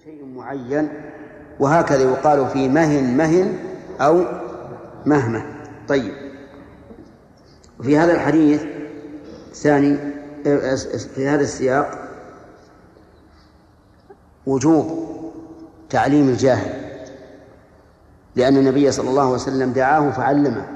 شيء معين، وهكذا يقال في مهن أو مهمة. طيب، في هذا الحديث ثاني في هذا السياق وجوب تعليم الجاهل، لأن النبي صلى الله عليه وسلم دعاه فعلمه.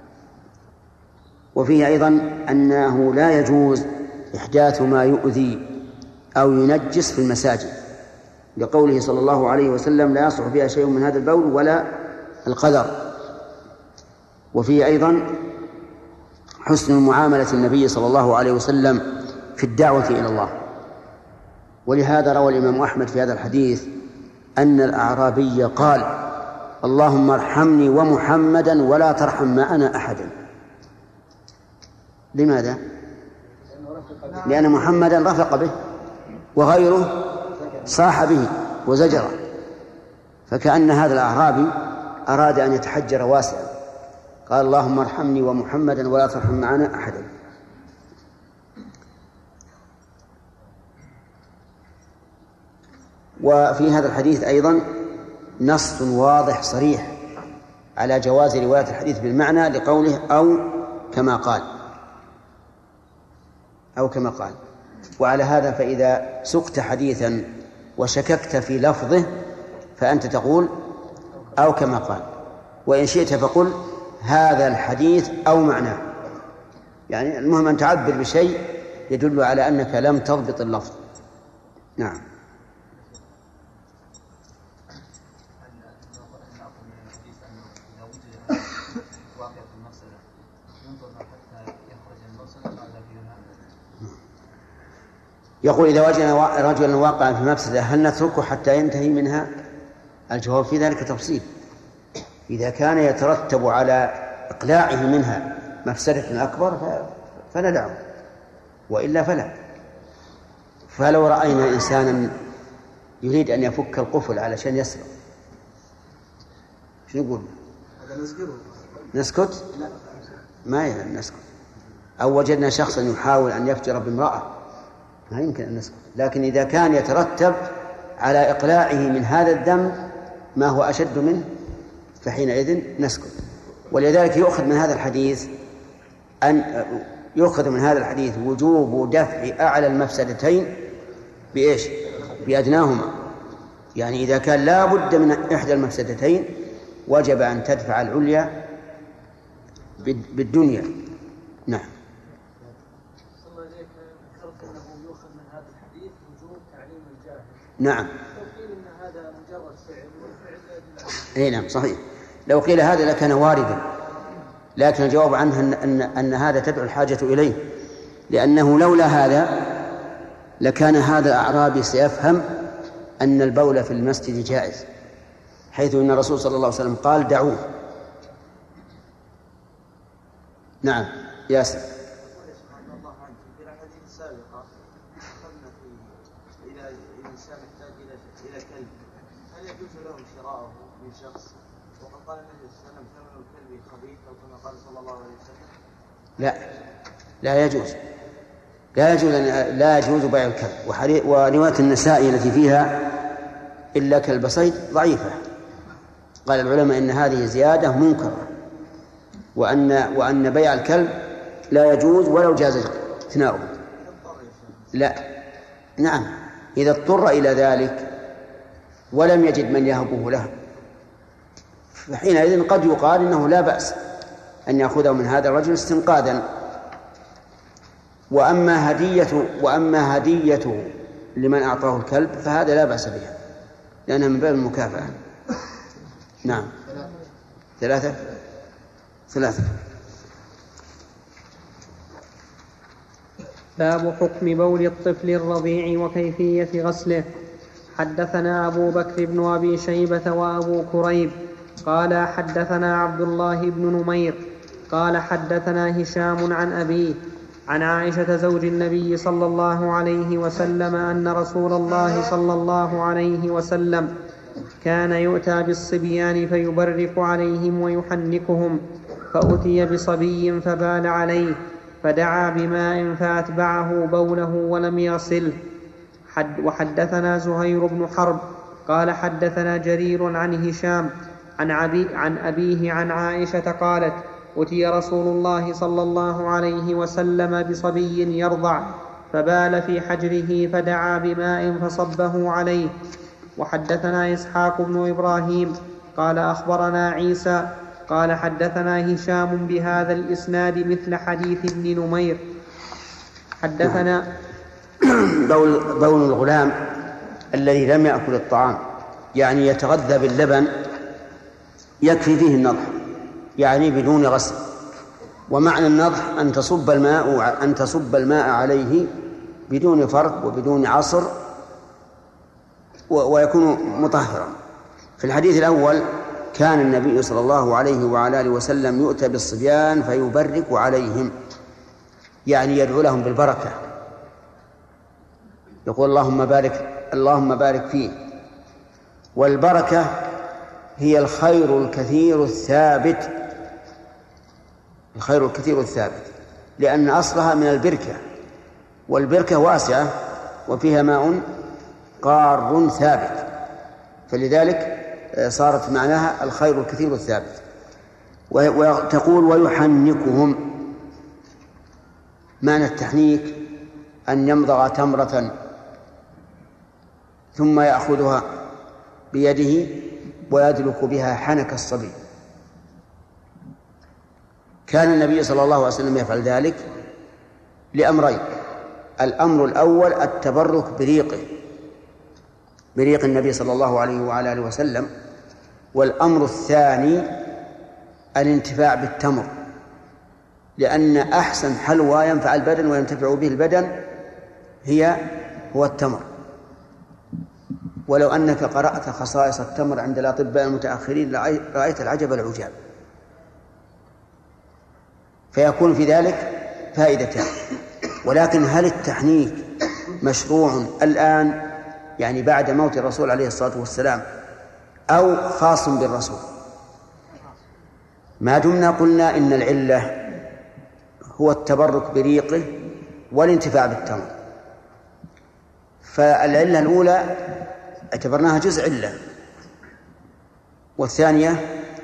وفيه أيضا أنه لا يجوز إحداث ما يؤذي أو ينجس في المساجد، لقوله صلى الله عليه وسلم: لا يصلح فيها شيء من هذا البول ولا القذر. وفيه أيضا حسن معاملة النبي صلى الله عليه وسلم في الدعوة إلى الله. ولهذا روى الإمام أحمد في هذا الحديث أن الأعرابي قال: اللهم ارحمني ومحمدا ولا ترحم معنا أحدا. لماذا؟ لأن محمدا رفق به وغيره صاح به وزجره، فكأن هذا الأعرابي أراد أن يتحجر واسعا، قال: اللهم ارحمني ومحمدا ولا ترحم معنا أحدا. وفي هذا الحديث أيضا نص واضح صريح على جواز رواية الحديث بالمعنى، لقوله أو كما قال. وعلى هذا فإذا سقت حديثا وشككت في لفظه فأنت تقول أو كما قال، وإن شئت فقل هذا الحديث أو معناه. يعني المهم أن تعبر بشيء يدل على أنك لم تضبط اللفظ. نعم. يقول: إذا وجدنا رجلا واقعا في مفسدة هل نتركه حتى ينتهي منها؟ الجواب في ذلك تفصيل. إذا كان يترتب على إقلاعه منها مفسدة أكبر فندعه، وإلا فلا. فلو رأينا إنسانا يريد أن يفك القفل علشان يسرق، شو نقول؟ نسكت؟ ما نسكت. أو وجدنا شخصا يحاول أن يفجر بامرأة، ما يمكن أن نسكت. لكن إذا كان يترتب على إقلاعه من هذا الذنب ما هو أشد منه فحينئذ نسكت. ولذلك يؤخذ من هذا الحديث وجوب دفع أعلى المفسدتين بإيش؟ بأدناهما. يعني إذا كان لا بد من إحدى المفسدتين وجب أن تدفع العليا بالدنيا. نعم. نعم. أي نعم صحيح. لو قيل هذا لكان واردا، لكن الجواب عنه أن هذا تدعو الحاجة إليه، لأنه لولا هذا لكان هذا الأعرابي سيفهم أن البول في المسجد جائز، حيث أن الرسول صلى الله عليه وسلم قال: دعوه. نعم ياسر. لا يجوز بيع الكلب. ورواية النسائي التي فيها إلا كلب صيد ضعيفة. قال العلماء إن هذه زيادة منكرة، وأن بيع الكلب لا يجوز ولو جاز اقتناؤه. لا، نعم، إذا اضطر إلى ذلك ولم يجد من يهبه له فحينئذ قد يقال إنه لا بأس أن يأخذه من هذا الرجل استنقاذا. وأما هديته لمن أعطاه الكلب فهذا لا بأس بها، لأنها من باب المكافأة. نعم. ثلاثة. باب حكم بول الطفل الرضيع وكيفية غسله. حدثنا أبو بكر بن أبي شيبة وأبو كريب قال حدثنا عبد الله بن نمير قال حدثنا هشام عن أبيه عن عائشة زوج النبي صلى الله عليه وسلم أن رسول الله صلى الله عليه وسلم كان يؤتى بالصبيان فيبرق عليهم ويحنكهم، فأتي بصبي فبال عليه فدعا بماء فأتبعه بوله ولم يصله. وحدثنا زهير بن حرب قال حدثنا جرير عن هشام عن أبيه عن عائشة قالت أتي رسول الله صلى الله عليه وسلم بصبي يرضع فبال في حجره فدعا بماء فصبه عليه. وحدثنا إسحاق بن إبراهيم قال أخبرنا عيسى قال حدثنا هشام بهذا الإسناد مثل حديث ابن نمير. حدثنا بول الغلام الذي لم يأكل الطعام يعني يتغذى باللبن يكفي فيه النضح يعني بدون غسل. ومعنى النضح أن تصب الماء عليه بدون فرق وبدون عصر ويكون مطهرا. في الحديث الأول كان النبي صلى الله عليه وعلى آله وسلم يؤتى بالصبيان فيبرك عليهم يعني يدعو لهم بالبركة، يقول اللهم بارك فيه. والبركة هي الخير الكثير الثابت لأن أصلها من البركة، والبركة واسعة وفيها ماء قار ثابت، فلذلك صارت معناها الخير الكثير الثابت. وتقول ويحنكهم. معنى التحنيك أن يمضغ تمرة ثم يأخذها بيده ويدلك بها حنك الصبي. كان النبي صلى الله عليه وسلم يفعل ذلك لأمرين: الأمر الأول التبرك بريق النبي صلى الله عليه وعلى آله وسلم، والأمر الثاني الانتفاع بالتمر، لأن أحسن حلوى ينفع البدن وينتفع به البدن هو التمر. ولو أنك قرأت خصائص التمر عند الأطباء المتأخرين رأيت العجب العجاب. فيكون في ذلك فائدتان. ولكن هل التحنيك مشروع الآن يعني بعد موت الرسول عليه الصلاة والسلام أو خاص بالرسول؟ ما دمنا قلنا إن العلة هو التبرك بريقه والانتفاع بالتمر، فالعلة الأولى اعتبرناها جزء علة والثانية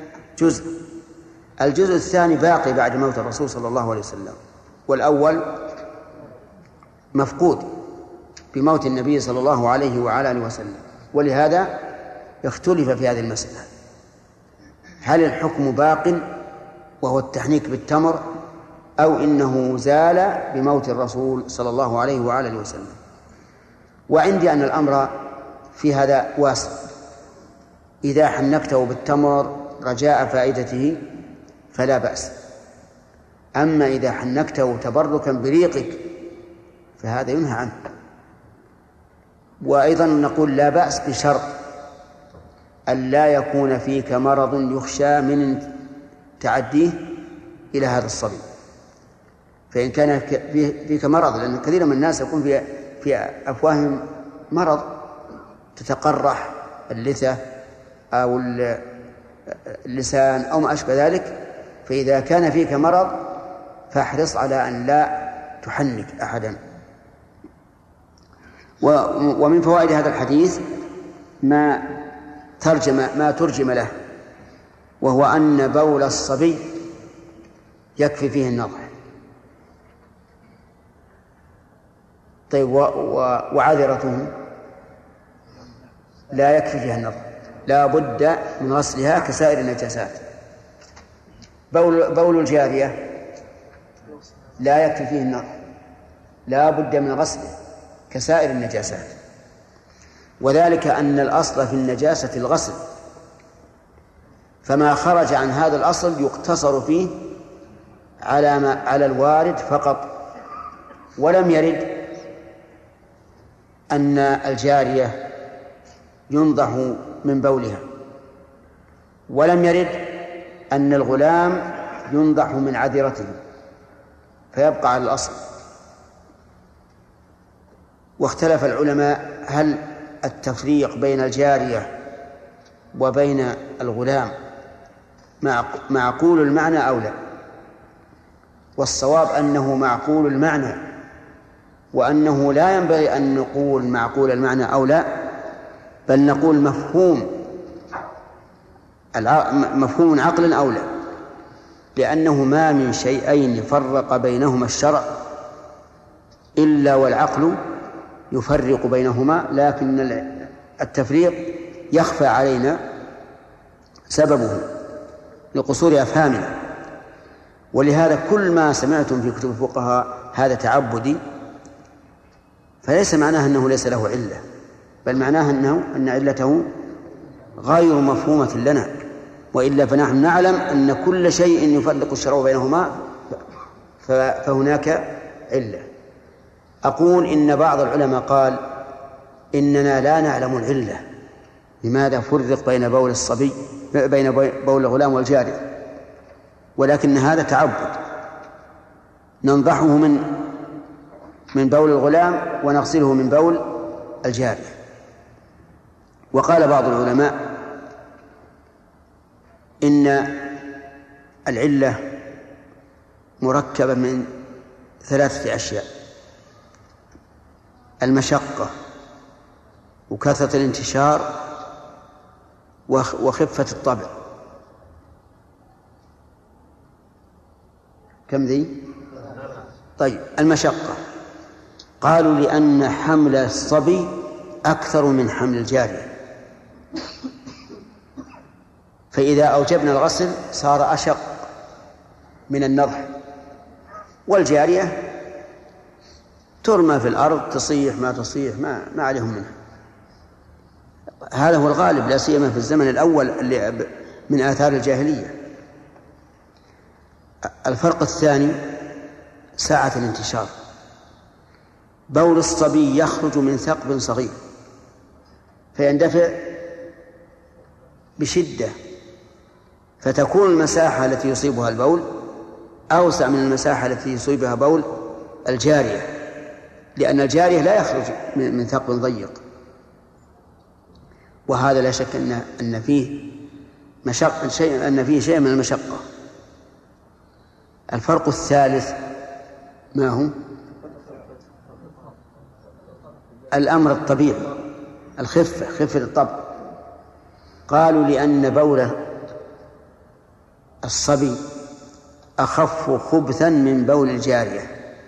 الجزء الثاني باقي بعد موت الرسول صلى الله عليه وسلم، والأول مفقود بموت النبي صلى الله عليه وعلى آله وسلم. ولهذا اختلف في هذه المسألة: هل الحكم باق وهو التحنيك بالتمر أو إنه زال بموت الرسول صلى الله عليه وعلى آله وسلم؟ وعندي أن الأمر في هذا واسع. إذا حنكته بالتمر رجاء فائدته فلا بأس، أما إذا حنكته تبركا بريقك فهذا ينهى عنه. وأيضا نقول لا بأس بشرط أن لا يكون فيك مرض يخشى من تعديه إلى هذا الصبي. فإن كان فيك مرض، لأن كثير من الناس يكون في أفواههم مرض تتقرح اللثة أو اللسان أو ما أشبه ذلك، فإذا كان فيك مرض فاحرص على أن لا تحنك أحدا. ومن فوائد هذا الحديث ما ترجم له، وهو أن بول الصبي يكفي فيه النضح. طيب وعذرته لا يكفي فيها النضح، لا بد من غسلها كسائر النجاسات. بول الجارية لا يكفي فيه النضح، لا بد من غسله كسائر النجاسات، وذلك أن الأصل في النجاسة الغسل، فما خرج عن هذا الأصل يقتصر فيه على الوارد فقط. ولم يرد أن الجارية ينضح من بولها، ولم يرد أن الغلام ينضح من عذرته، فيبقى على الأصل. واختلف العلماء هل التفريق بين الجارية وبين الغلام معقول المعنى أو لا، والصواب أنه معقول المعنى، وأنه لا ينبغي أن نقول معقول المعنى أو لا، بل نقول مفهوم عقل أولى، لأنه ما من شيئين فرق بينهما الشرع إلا والعقل يفرق بينهما، لكن التفريق يخفى علينا سببه لقصور أفهامنا. ولهذا كل ما سمعتم في كتب الفقهاء هذا تعبدي، فليس معناه أنه ليس له علة، بل معناه أن علته غير مفهومة لنا، وإلا فنحن نعلم أن كل شيء يفرق الشرع بينهما فهناك علة. أقول إن بعض العلماء قال إننا لا نعلم العلة لماذا فرق بين بول الصبي بين بول الغلام والجارية، ولكن هذا تعبد، ننضحه من بول الغلام ونغسله من بول الجارية. وقال بعض العلماء إن العلة مركبة من 3 أشياء: المشقة، وكثرة الانتشار، وخفة الطبع. كم ذي؟ طيب، المشقة قالوا لأن حمل الصبي أكثر من حمل الجارية، فإذا أوجبنا الغسل صار أشق من النضح، والجارية ترمى في الأرض تصيح ما تصيح ما عليهم منها. هذا هو الغالب، لا سيما في الزمن الأول اللي من آثار الجاهلية. الفرق الثاني ساعة الانتشار. بول الصبي يخرج من ثقب صغير فيندفع بشدة، فتكون المساحة التي يصيبها البول أوسع من المساحة التي يصيبها بول الجارية، لأن الجارية لا يخرج من ثقب ضيق. وهذا لا شك أن فيه شيء من المشقة. الفرق الثالث ما هو؟ الأمر الطبيعي، خفة الطبع. قالوا لأن بول الصبي أخف خبثا من بول الجارية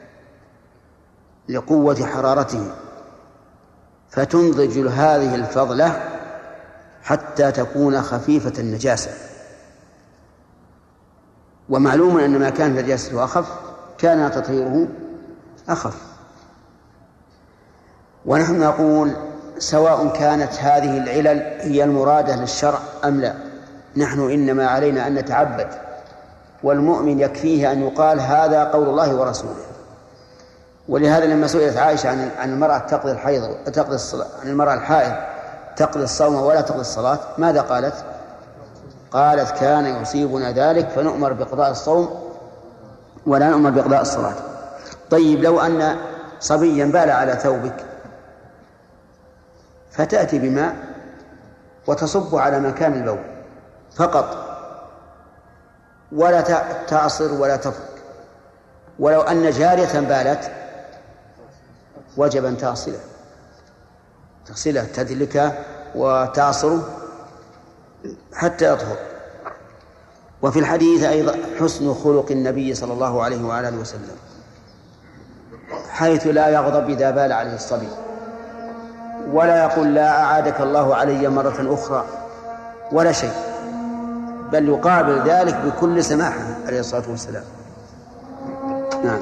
لقوة حرارته، فتنضج هذه الفضلة حتى تكون خفيفة النجاسة. ومعلوم أن ما كان نجاسته أخف كان تطهيره أخف. ونحن نقول سواء كانت هذه العلل هي المرادة للشرع أم لا، نحن إنما علينا أن نتعبد، والمؤمن يكفيه أن يقال هذا قول الله ورسوله. ولهذا لما سئلت عائشة عن المرأة تقضي الحيض عن المرأة الحائض تقضي الصوم ولا تقضي الصلاة، ماذا قالت؟ قالت كان يصيبنا ذلك فنؤمر بقضاء الصوم ولا نؤمر بقضاء الصلاة. طيب، لو أن صبيا بال على ثوبك فتأتي بماء وتصب على مكان البول فقط ولا تعصر ولا تفرك، ولو أن جارية بالت وجب أن تغسله تدلك وتعصره حتى يطهر. وفي الحديث أيضا حسن خلق النبي صلى الله عليه وآله وسلم، حيث لا يغضب إذا بال عليه الصبي، ولا يقول لا أعادك الله علي مرة أخرى ولا شيء، بل يقابل ذلك بكل سماحة عليه الصلاة والسلام. نعم.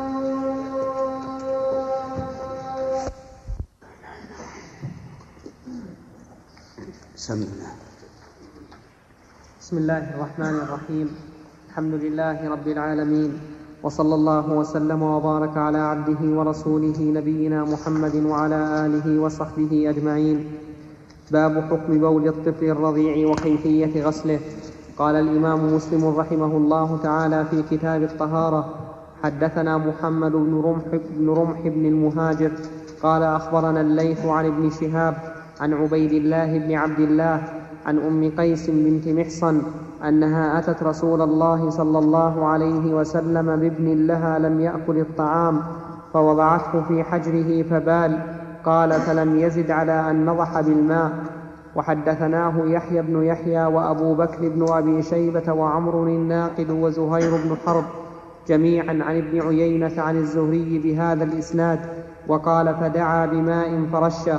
بسم الله الرحمن الرحيم. الحمد لله رب العالمين، وصلى الله وسلم وبارك على عبده ورسوله نبينا محمد وعلى آله وصحبه أجمعين. باب حكم بول الطفل الرضيع وكيفية غسله. قال الإمام مسلم رحمه الله تعالى في كتاب الطهارة: حدثنا محمد بن رمح بن المهاجر قال أخبرنا الليث عن ابن شهاب عن عبيد الله بن عبد الله عن أم قيس بنت محصن أنها أتت رسول الله صلى الله عليه وسلم بابن لها لم يأكل الطعام فوضعته في حجره فبال. قال فلم يزد على أن نضح بالماء. وحدثناه يحيى بن يحيى وأبو بكر بن أبي شيبة وعمر الناقد وزهير بن حرب جميعا عن ابن عيينة عن الزهري بهذا الإسناد، وقال فدعا بماء فرشه.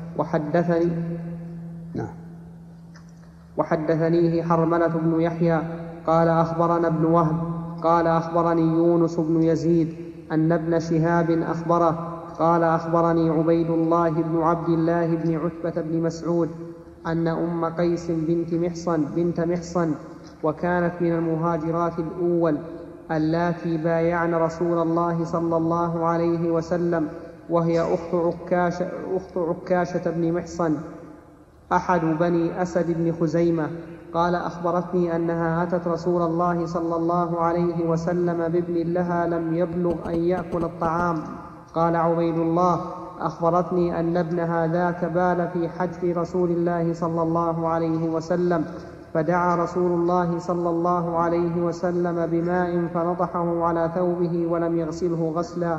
وحدثنيه حرملة بن يحيى قال أخبرنا ابن وهب قال أخبرني يونس بن يزيد أن ابن شهاب أخبره قال أخبرني عبيد الله بن عبد الله بن عتبة بن مسعود أن أم قيس بنت محصن وكانت من المهاجرات الأول اللاتي بايعن رسول الله صلى الله عليه وسلم، وهي أخت عكاشة بن محصن أحد بني أسد بن خزيمة. قال أخبرتني أنها أتت رسول الله صلى الله عليه وسلم بابن لها لم يبلغ أن يأكل الطعام. قال عبيد الله أخبرتني أن ابنها ذاك بال في حجر رسول الله صلى الله عليه وسلم، فدعا رسول الله صلى الله عليه وسلم بماء فنضحه على ثوبه ولم يغسله غسلا.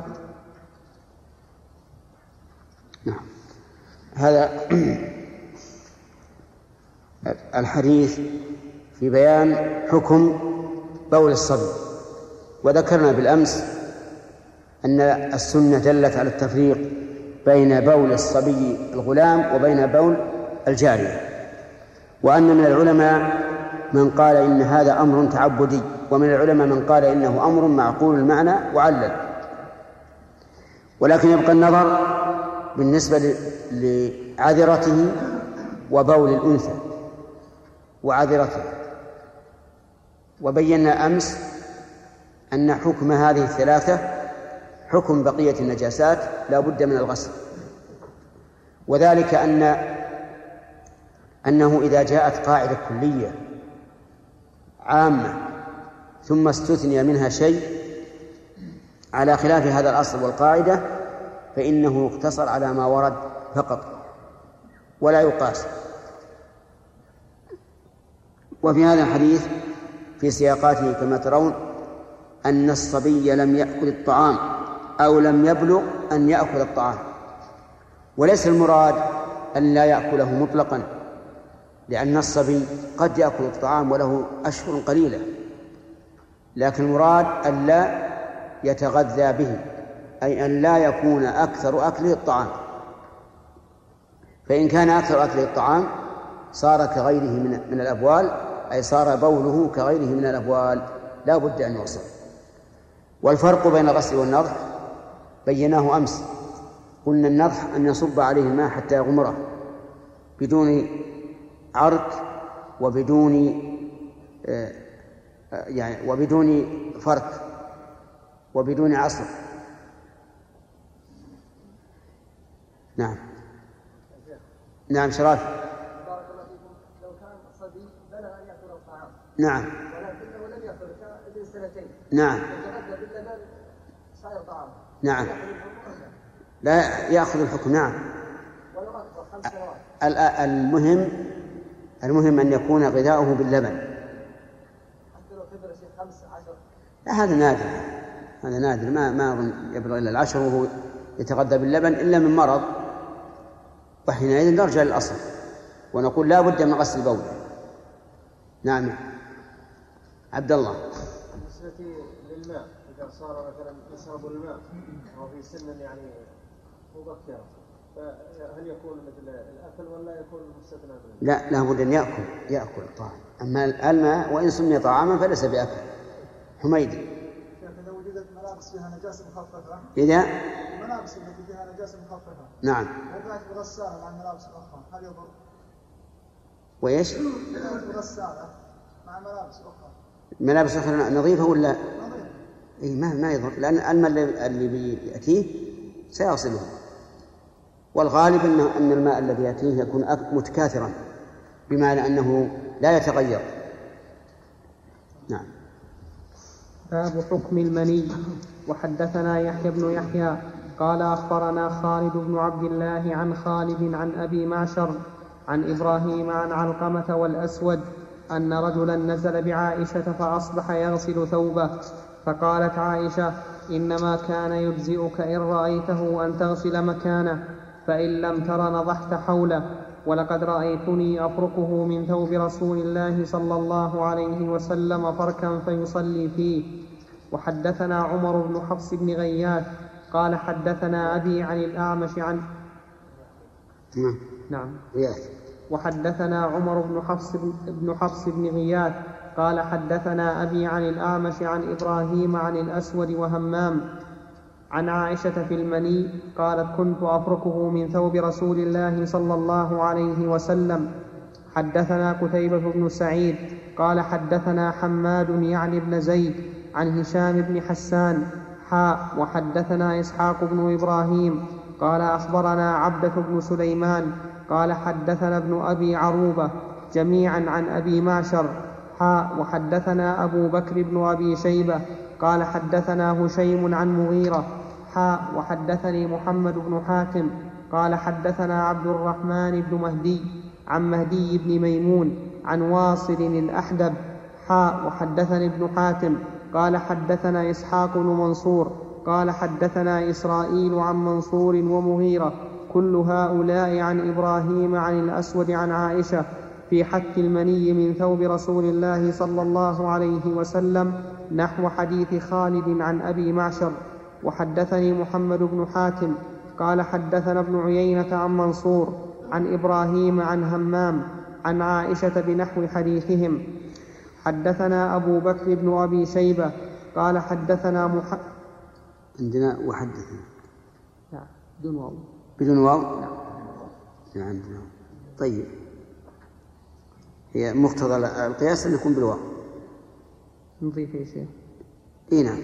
هذا الحديث في بيان حكم بول الصبي. وذكرنا بالأمس أن السنة دلت على التفريق بين بول الصبي الغلام وبين بول الجارية، وأن من العلماء من قال إن هذا أمر تعبدي، ومن العلماء من قال إنه أمر معقول المعنى وعلل. ولكن يبقى النظر بالنسبة لعذرته وبول الأنثى وعذرته. وبينا أمس أن حكم هذه الثلاثة حكم بقية النجاسات لا بد من الغسل، وذلك أنه إذا جاءت قاعدة كلية عامة ثم استثني منها شيء على خلاف هذا الأصل والقاعدة فإنه يقتصر على ما ورد فقط ولا يقاس. وفي هذا الحديث في سياقاته كما ترون أن الصبي لم يأكل الطعام أو لم يبلغ أن يأكل الطعام، وليس المراد أن لا يأكله مطلقا، لأن الصبي قد يأكل الطعام وله أشهر قليلة، لكن المراد أن لا يتغذى به، أي أن لا يكون أكثر أكله الطعام. فإن كان أكثر أكله الطعام صار كغيره من الأبوال، أي صار بوله كغيره من الأبوال، لا بد أن يغسل. والفرق بين الغسل والنضح بيناه أمس. قلنا النضح أن يصب عليه الماء حتى يغمره بدون عرق وبدون فرك وبدون عصر. نعم شرافي. بارك الله فيكم. لو كان الصبي بلغ أن يأكل الطعام نعم ولكنه لم يأكل ابن سنتين نعم يتغذى باللبن صاير طعام نعم لا يأخذ الحكم. نعم ولو أكثر 5 سنوات. المهم أن يكون غذاؤه باللبن. حتى لو كبر 15. لا هذا نادر ما أظن يبلغ إلا 10 وهو يتغذى باللبن إلا من مرض، وحينئذ نرجع للأصل ونقول لا بد من غسل البول. نعم عبد الله. بالنسبة للماء إذا صار مثلا يشرب الماء وهو في سن يعني مبكرة، فهل يكون مثل الأكل ولا يكون مستثنى منه؟ لا بد أن يأكل الطعام. أما الماء وإن سمي طعاما فليس بأكل. حميدي. إذا وجدت ملابس فيها نجاسة مخففة، إذا الملابس التي فيها نجاسة مخففة نعم وكانت بغسالة مع الملابس الأخرى هل يضر؟ وإيش؟ كانت بغسالة مع ملابس أخرى. ملابس أخرى نظيفة ولا؟ نظيفة. إيه ما يضر، لأن الماء اللي بيأتيه سيغسله، والغالب أن الماء الذي يأتيه يكون متكاثرا بمعنى أنه لا يتغير. نعم. باب حكم المني. وحدثنا يحيى بن يحيى قال أخبرنا خالد بن عبد الله عن خالد عن أبي معشر عن إبراهيم عن علقمة والأسود أن رجلا نزل بعائشة فأصبح يغسل ثوبه، فقالت عائشة: إنما كان يجزئك إن رأيته أن تغسل مكانه. فإن لم تر نضحت حوله، ولقد رأيتني أفركه من ثوب رسول الله صلى الله عليه وسلم فركا فيصلي فيه. وحدثنا عمر بن حفص بن غياث قال حدثنا أبي عن الأعمش عن وحدثنا عمر بن حفص بن غياث قال حدثنا أبي عن الأعمش عن إبراهيم عن الأسود وهمام عن عائشة في المني قالت كنت أفركه من ثوب رسول الله صلى الله عليه وسلم. حدثنا قتيبة بن سعيد قال حدثنا حماد يعني بن زيد عن هشام بن حسان وحدثنا إسحاق بن إبراهيم قال أخبرنا عبدة بن سليمان قال حدثنا ابن أبي عروبة جميعا عن أبي معشر وحدثنا أبو بكر بن أبي شيبة قال حدثنا هشيم عن مغيرة وحدثني محمد بن حاتم قال حدثنا عبد الرحمن بن مهدي عن مهدي بن ميمون عن واصل الأحدب وحدثني ابن حاتم قال حدثنا إسحاق بن منصور قال حدثنا إسرائيل عن منصور ومغيرة كل هؤلاء عن إبراهيم عن الأسود عن عائشة في حك المني من ثوب رسول الله صلى الله عليه وسلم نحو حديث خالد عن أبي معشر. وحدثني محمد بن حاتم قال حدثنا ابن عيينة عن منصور عن إبراهيم عن همام عن عائشة بنحو حديثهم. حدثنا أبو بكر بن أبي شيبة قال حدثنا عندنا وحدثنا بدون واو عندنا. طيب هي مقتضى القياس أن يكون بالواو. نضيف يا شيخ. نعم.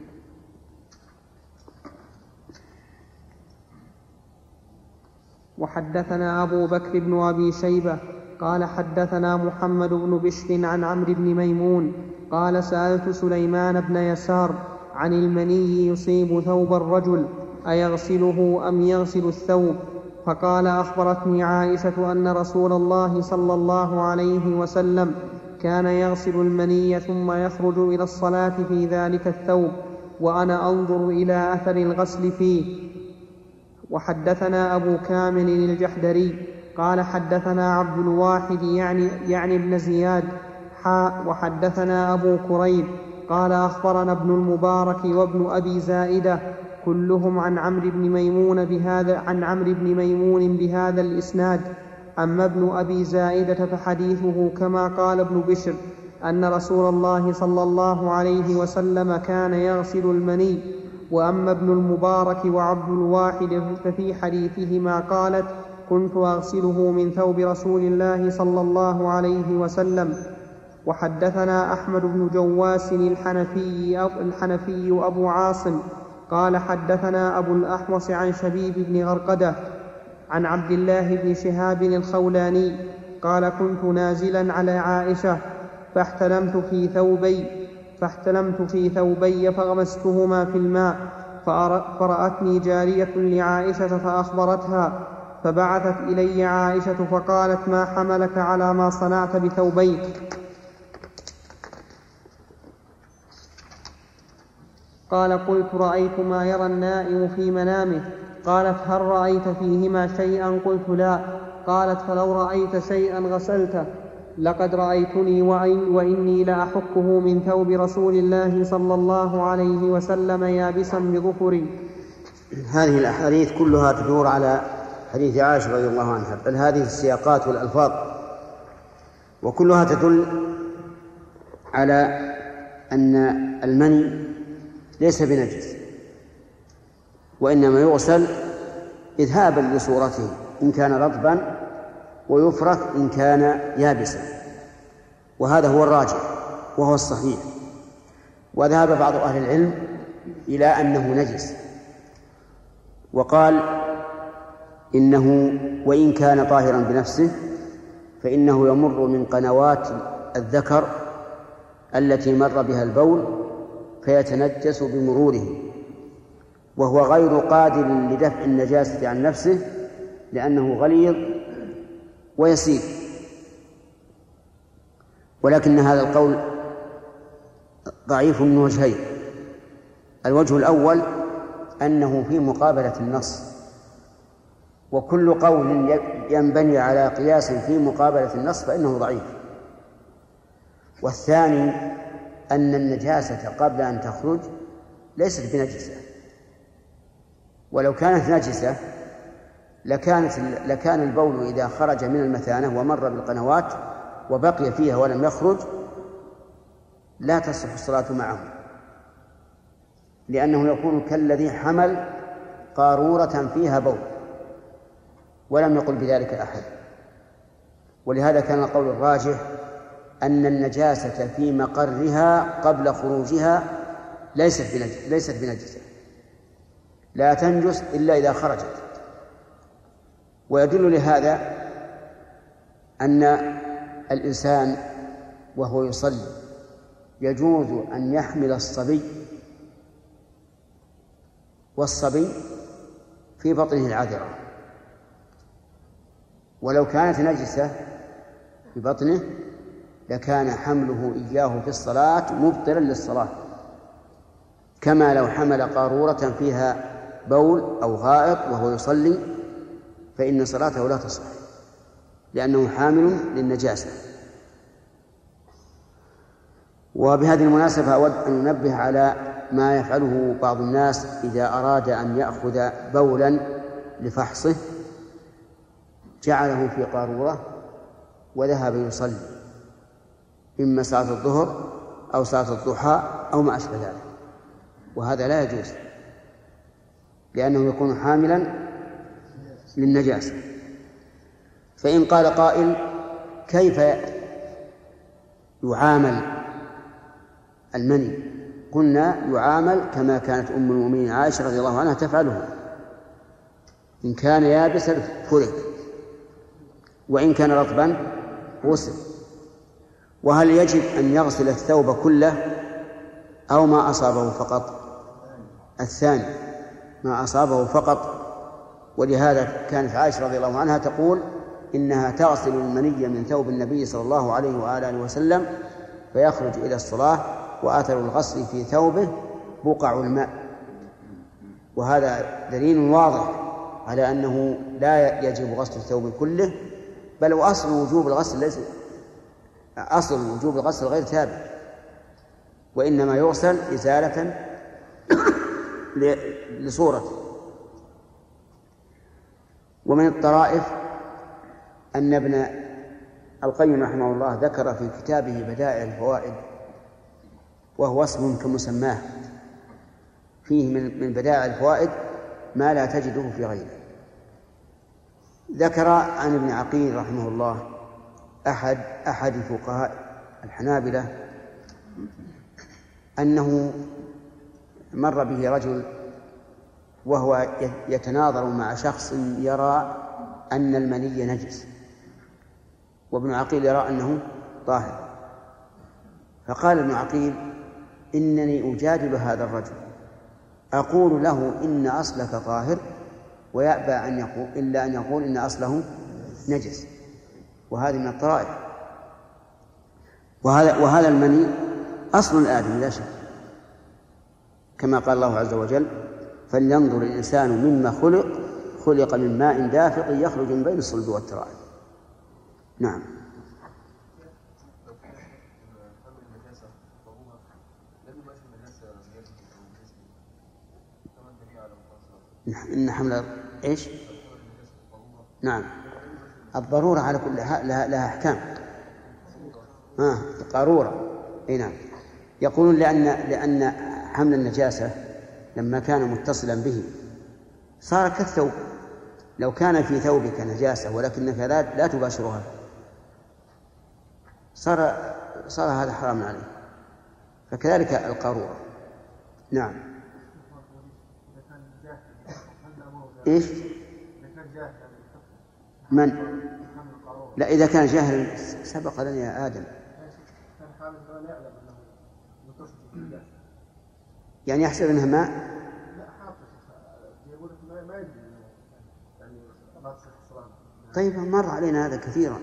وحدثنا أبو بكر بن أبي شيبة قال حدثنا محمد بن بشر عن عمرو بن ميمون قال سألت سليمان بن يسار عن المني يصيب ثوب الرجل أيغسله أم يغسل الثوب؟ فقال أخبرتني عائشة أن رسول الله صلى الله عليه وسلم كان يغسل المني ثم يخرج إلى الصلاة في ذلك الثوب وأنا أنظر إلى أثر الغسل فيه. وحدثنا أبو كامل الجحدري قال حدثنا عبد الواحد يعني ابن زياد وحدثنا أبو كريب قال أخبرنا ابن المبارك وابن أبي زائدة كلهم عن عمرو بن ميمون بهذا الإسناد. أما ابن أبي زائدة فحديثه كما قال ابن بشر أن رسول الله صلى الله عليه وسلم كان يغسل المني. وأما ابن المبارك وعبد الواحد ففي حديثهما قالت كنت أغسله من ثوب رسول الله صلى الله عليه وسلم. وحدثنا أحمد بن جواس الحنفي أبو عاصم قال حدثنا أبو الأحوص عن شبيب بن غرقدة عن عبد الله بن شهاب الخولاني قال كنت نازلا على عائشة فاحتلمت في ثوبي فغمستهما في الماء فرأتني جارية لعائشة فأخبرتها فبعثت إلي عائشة فقالت ما حملك على ما صنعت بثوبيك؟ قال قلت رأيت ما يرى النائم في منامه. قالت هل رأيت فيهما شيئا؟ قلت لا. قالت فلو رأيت شيئا غسلته. لقد رأيتني وإني لأحكه من ثوب رسول الله صلى الله عليه وسلم يابسا بظفري. هذه الأحاديث كلها تدور على حديث عائشة رضي الله عنها، بل هذه السياقات والألفاظ وكلها تدل على أن المني ليس بنجس، وإنما يغسل إذهابا لصورته إن كان رطبا ويفرك إن كان يابسا، وهذا هو الراجح وهو الصحيح. وذهب بعض أهل العلم إلى أنه نجس، وقال إنه وإن كان طاهرا بنفسه فإنه يمر من قنوات الذكر التي مر بها البول فيتنجس بمروره، وهو غير قادر لدفع النجاسة عن نفسه لأنه غليظ ويسير. ولكن هذا القول ضعيف من وجهين. الوجه الأول أنه في مقابلة النص، وكل قول ينبني على قياس في مقابلة النص فإنه ضعيف. والثاني أن النجاسة قبل أن تخرج ليست بنجسة، ولو كانت نجسة لكان البول إذا خرج من المثانة ومر بالقنوات وبقي فيها ولم يخرج لا تصح الصلاة معه، لأنه يكون كالذي حمل قارورة فيها بول ولم يقل بذلك أحد. ولهذا كان القول الراجح أن النجاسة في مقرها قبل خروجها ليست بنجسة، لا تنجس إلا إذا خرجت. ويدل لهذا أن الإنسان وهو يصلي يجوز أن يحمل الصبي، والصبي في بطنه العذرة، ولو كانت نجسة في بطنه لكان حمله إياه في الصلاة مبطلا للصلاة، كما لو حمل قارورة فيها بول أو غائط وهو يصلي فإن صلاته لا تصح، لأنه حامل للنجاسة. وبهذه المناسبة أود أن ننبه على ما يفعله بعض الناس إذا أراد أن يأخذ بولا لفحصه، جعله في قارورة وذهب يصلي، إما صلاة الظهر أو صلاة الضحى أو ما أشبه ذلك، وهذا لا يجوز لأنه يكون حاملا للنجاسة. فإن قال قائل كيف يعامل المني؟ قلنا يعامل كما كانت أم المؤمنين عائشة رضي الله عنها تفعله، إن كان يابسا فرك، وإن كان رطبا غسل. وهل يجب أن يغسل الثوب كله أو ما أصابه فقط؟ الثاني، ما أصابه فقط. ولهذا كانت عائشة رضي الله عنها تقول إنها تغسل المني من ثوب النبي صلى الله عليه وآله وسلم فيخرج إلى الصلاة وآثر الغسل في ثوبه بقع الماء. وهذا دليل واضح على أنه لا يجب غسل الثوب كله، بل وأصل وجوب الغسل غير ثابت، وإنما يغسل إزالة لصورته. ومن الطرائف أن ابن القيم رحمه الله ذكر في كتابه بدائع الفوائد، وهو اسم كمسماه، فيه من بدائع الفوائد ما لا تجده في غيره. ذكر عن ابن عقيل رحمه الله أحد فقهاء الحنابلة أنه مر به رجل وهو يتناظر مع شخص يرى أن المني نجس، وابن عقيل يرى أنه طاهر، فقال ابن عقيل إنني أجادل هذا الرجل، أقول له إن أصلك طاهر ويأبى إلا أن يقول إن أصله نجس. وهذه من الطرائف. وهذا المني أصل الآدم لا شك، كما قال الله عز وجل فلينظر الإنسان مما خلق من ماء دافق يخرج من بين الصلب والترائب. نعم. إن حمل إيش؟ نعم، الضرورة على كل لها أحكام. قارورة. نعم. يقولون لأن حمل النجاسة لما كان متصلا به صار كالثوب، لو كان في ثوبك نجاسة ولكنك لا تباشرها صار هذا حرام عليه، فكذلك القارورة. نعم. إيش؟ من؟ لا، إذا كان جاهل سبق لنا يا آدم، يعني يحسب أنها ماء. طيب مر علينا هذا كثيرا،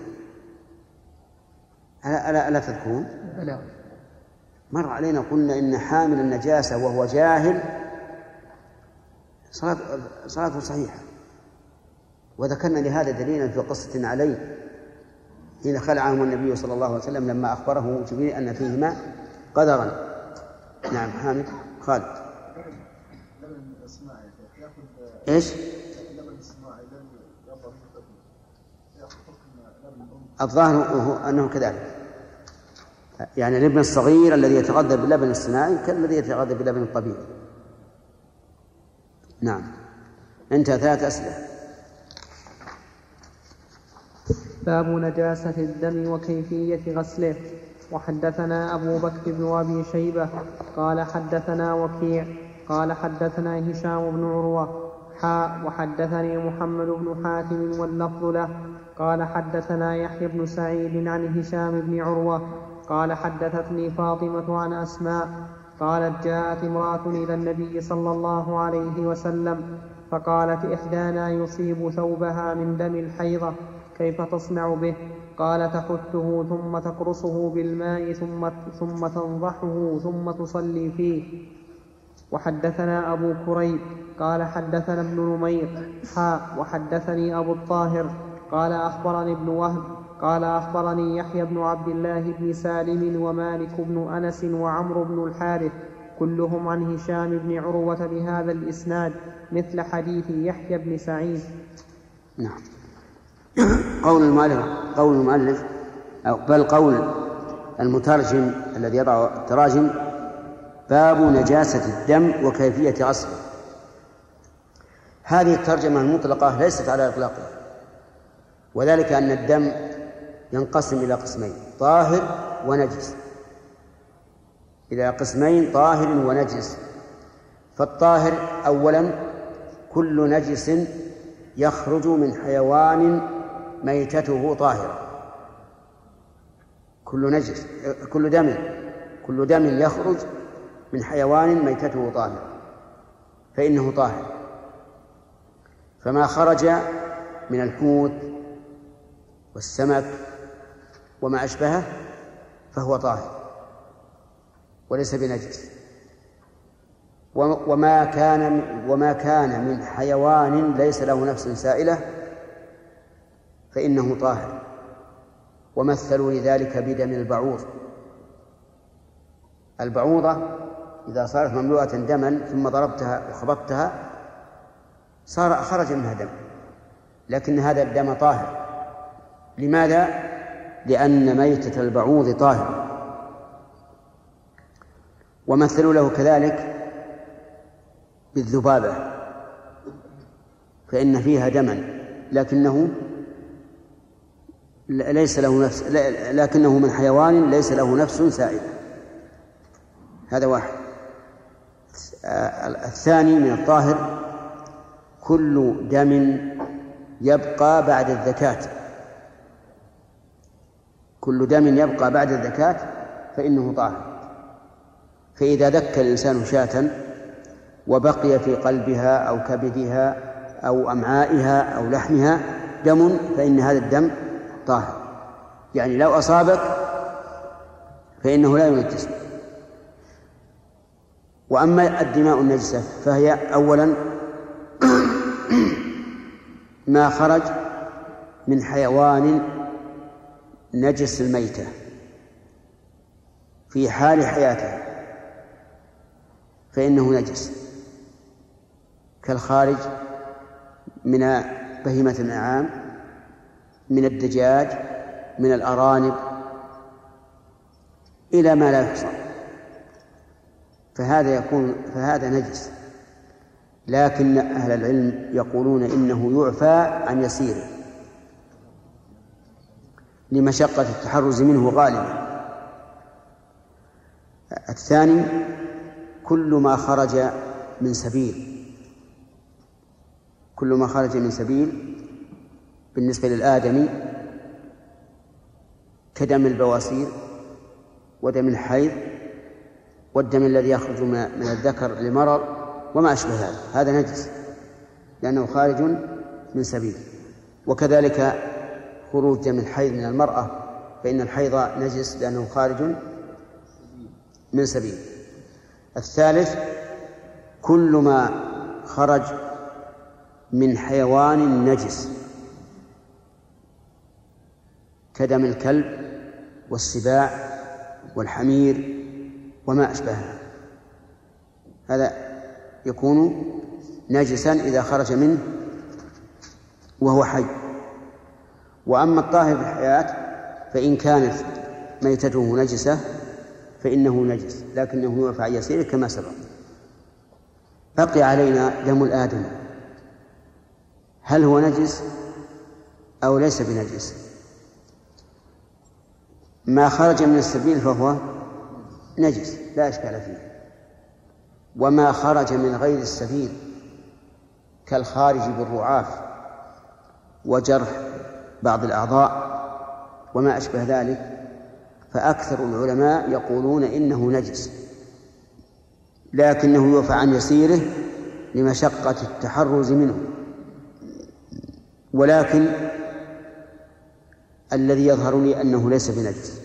ألا تذكرون؟ مر علينا قلنا إن حامل النجاسة وهو جاهل صلاته صحيحة، وذكرنا لهذا دليلا في قصة علي حين خلعهم النبي صلى الله عليه وسلم لما أخبره جبريل أن فيهما قدرا. نعم حامد خالد. إيش؟ الظاهر أنه كذلك، يعني الابن الصغير الذي يتغذى باللبن الصناعي كالذي يتغذى باللبن الطبيعي. نعم. انتهى 3 أسئلة. باب نجاسة الدم وكيفية غسله. وحدثنا أبو بكر بن أبي شيبة قال حدثنا وكيع قال حدثنا هشام بن عروة وحدثني محمد بن حاتم واللفظ له قال حدثنا يحيى بن سعيد عن هشام بن عروة قال حدثتني فاطمة عن أسماء قالت جاءت امرأة إلى النبي صلى الله عليه وسلم فقالت إحدانا يصيب ثوبها من دم الحيضة كيف تصنع به؟ قال تحثه ثم تقرصه بالماء ثم تنضحه ثم تصلي فيه. وحدثنا أبو كريب قال حدثنا ابن نمير وحدثني أبو الطاهر قال أخبرني ابن وهب قال أخبرني يحيى بن عبد الله بن سالم ومالك بن أنس وعمرو بن الحارث كلهم عن هشام بن عروة بهذا الإسناد مثل حديث يحيى بن سعيد. نعم. قول المؤلف بل قول المترجم الذي يضع التراجم باب نجاسة الدم وكيفية غسله. هذه الترجمة المطلقة ليست على إطلاقها، وذلك أن الدم ينقسم إلى قسمين طاهر ونجس، إلى قسمين طاهر ونجس. فالطاهر أولا كل نجس يخرج من حيوان ميتته طاهرة، كل دم يخرج من حيوان ميتته طاهرة فإنه طاهر. فما خرج من الحوت والسمك وما أشبهه فهو طاهر وليس بنجس. وما كان من حيوان ليس له نفس سائلة فإنه طاهر. ومثلوا لذلك بدم البعوضة إذا صارت مملوءة دما ثم ضربتها وخبطتها خرج منها دم، لكن هذا الدم طاهر. لماذا؟ لأن ميتة البعوض طاهر. ومثلوا له كذلك بالذبابة فإن فيها دما لكنه من حيوان ليس له نفس سائلة. هذا واحد. الثاني من الطاهر كل دم يبقى بعد الذكاة فإنه طاهر. فإذا ذك الإنسان شاة وبقي في قلبها أو كبدها أو أمعائها أو لحمها دم فإن هذا الدم طاهر، يعني لو أصابك فإنه لا ينجس. وأما الدماء النجسة فهي أولا ما خرج من حيوان نجس الميتة في حال حياته فإنه نجس، كالخارج من بهيمة الأنعام، من الدجاج، من الأرانب، إلى ما لا يحصى، فهذا نجس. لكن أهل العلم يقولون إنه يعفى عن يسيره لمشقة التحرز منه غالبا. الثاني كل ما خرج من سبيل بالنسبة للآدمي كدم البواسير ودم الحيض والدم الذي يخرج من الذكر لمرض وما أشبه هذا نجس لأنه خارج من سبيل. وكذلك خروج دم الحيض من المرأة فإن الحيض نجس لأنه خارج من سبيل. الثالث كل ما خرج من حيوان نجس كدم الكلب والسباع والحمير وما أشبهها، هذا يكون نجسا إذا خرج منه وهو حي. وأما الطاهر في الحياة فإن كانت ميتته نجسة فإنه نجس، لكنه يرفع يسير كما سبق. بقي علينا دم الآدم، هل هو نجس أو ليس بنجس؟ ما خرج من السبيل فهو نجس لا إشكال فيه، وما خرج من غير السبيل كالخارج بالرعاف وجرح بعض الأعضاء وما أشبه ذلك فأكثر العلماء يقولون إنه نجس، لكنه يعفى عن يسيره لمشقة التحرز منه. ولكن الذي يظهر لي أنه ليس بنجس،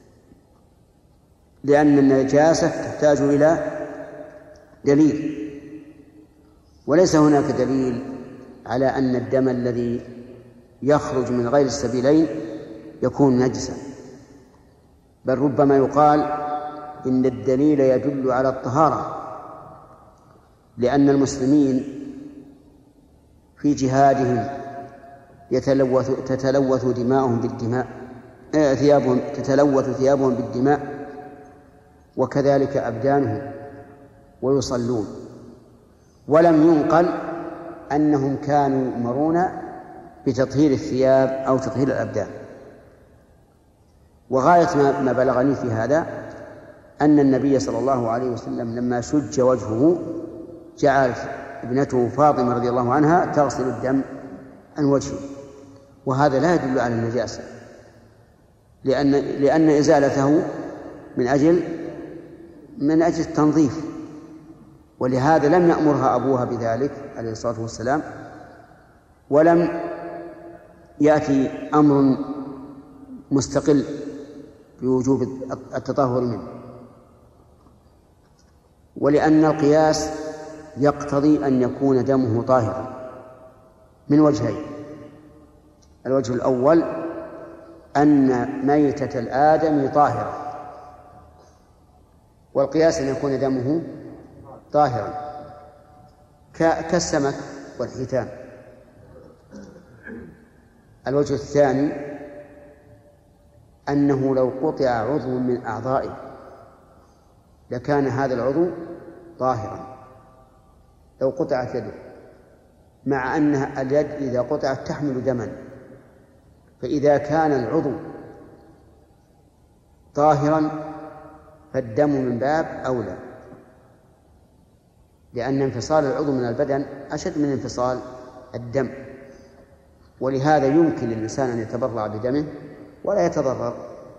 لأن النجاسة تحتاج إلى دليل، وليس هناك دليل على أن الدم الذي يخرج من غير السبيلين يكون نجسا، بل ربما يقال إن الدليل يدل على الطهارة، لأن المسلمين في جهادهم تتلوث دماؤهم بالدماء، تتلوث ثيابهم بالدماء وكذلك أبدانهم ويصلون، ولم ينقل أنهم كانوا يؤمرون بتطهير الثياب أو تطهير الأبدان. وغاية ما بلغني في هذا أن النبي صلى الله عليه وسلم لما شج وجهه جعلت ابنته فاطمة رضي الله عنها تغسل الدم عن وجهه، وهذا لا يدل على النجاسة، لأن إزالته من أجل التنظيف، ولهذا لم يأمرها أبوها بذلك عليه الصلاة والسلام، ولم يأتي أمر مستقل بوجوب التطهر منه. ولأن القياس يقتضي أن يكون دمه طاهرا من وجهين: الوجه الأول أن ميتة الآدم طاهرة، والقياس أن يكون دمه طاهرا كالسمك والحيتان. الوجه الثاني أنه لو قطع عضو من أعضائه لكان هذا العضو طاهرا، لو قطعت يده، مع أن اليد إذا قطعت تحمل دما، فإذا كان العضو طاهرا فالدم من باب أولى، لأن انفصال العضو من البدن أشد من انفصال الدم، ولهذا يمكن للإنسان أن يتبرع بدمه ولا يتضرر.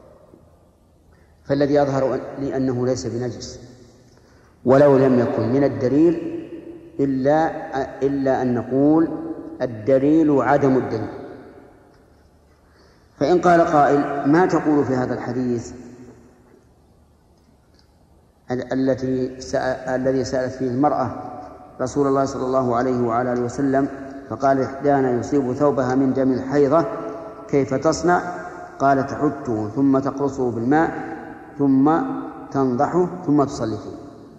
فالذي يظهر لي ليس بنجس، ولو لم يكن من الدليل إلا أن نقول الدليل عدم الدليل. فإن قال قائل: ما تقول في هذا الحديث الذي سألت فيه المرأة رسول الله صلى الله عليه وعلى آله وسلم فقال: إحدانا يصيب ثوبها من دم الحيضة كيف تصنع؟ قال: تحته ثم تقرصه بالماء ثم تنضحه ثم تصلي فيه.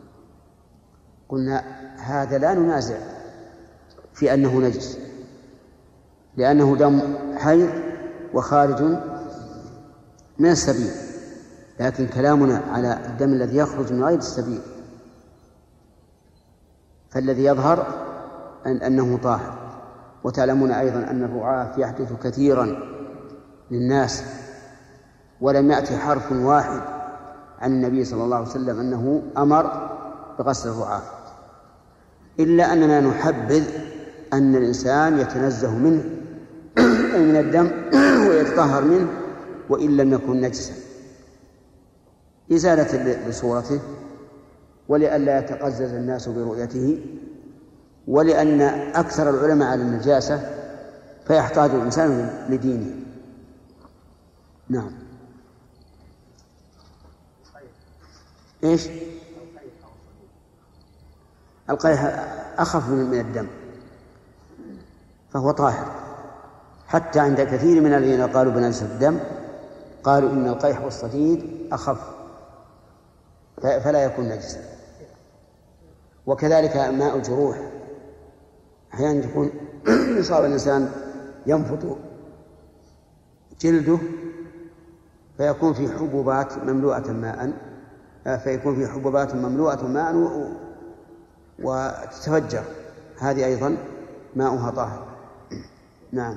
قلنا هذا لا ننازع في أنه نجس، لأنه دم حيض وخارج من السبيل، لكن كلامنا على الدم الذي يخرج من غير السبيل، فالذي يظهر أنه طاهر. وتعلمون أيضا أن الرعاف يحدث كثيرا للناس، ولم يأتي حرف واحد عن النبي صلى الله عليه وسلم أنه أمر بغسل الرعاف، إلا أننا نحبذ أن الإنسان يتنزه منه من الدم ويتطهر منه وإن لم يكن نجسا، إزالة لصورته، ولئلا يتقزز الناس برؤيته، ولأن أكثر العلماء على النجاسة فيحتاج الإنسان لدينه. نعم. إيش؟ القيح أخف من الدم فهو طاهر، حتى عند كثير من الذين قالوا بنجاسة الدم قالوا إن القيح والصديد أخف فلا يكون نجسا. وكذلك ماء الجروح، أحيانا يكون يصاب الإنسان ينفض جلده فيكون في حبوبات مملوءة ماء وتتفجر، هذه أيضا ماؤها طاهر. نعم.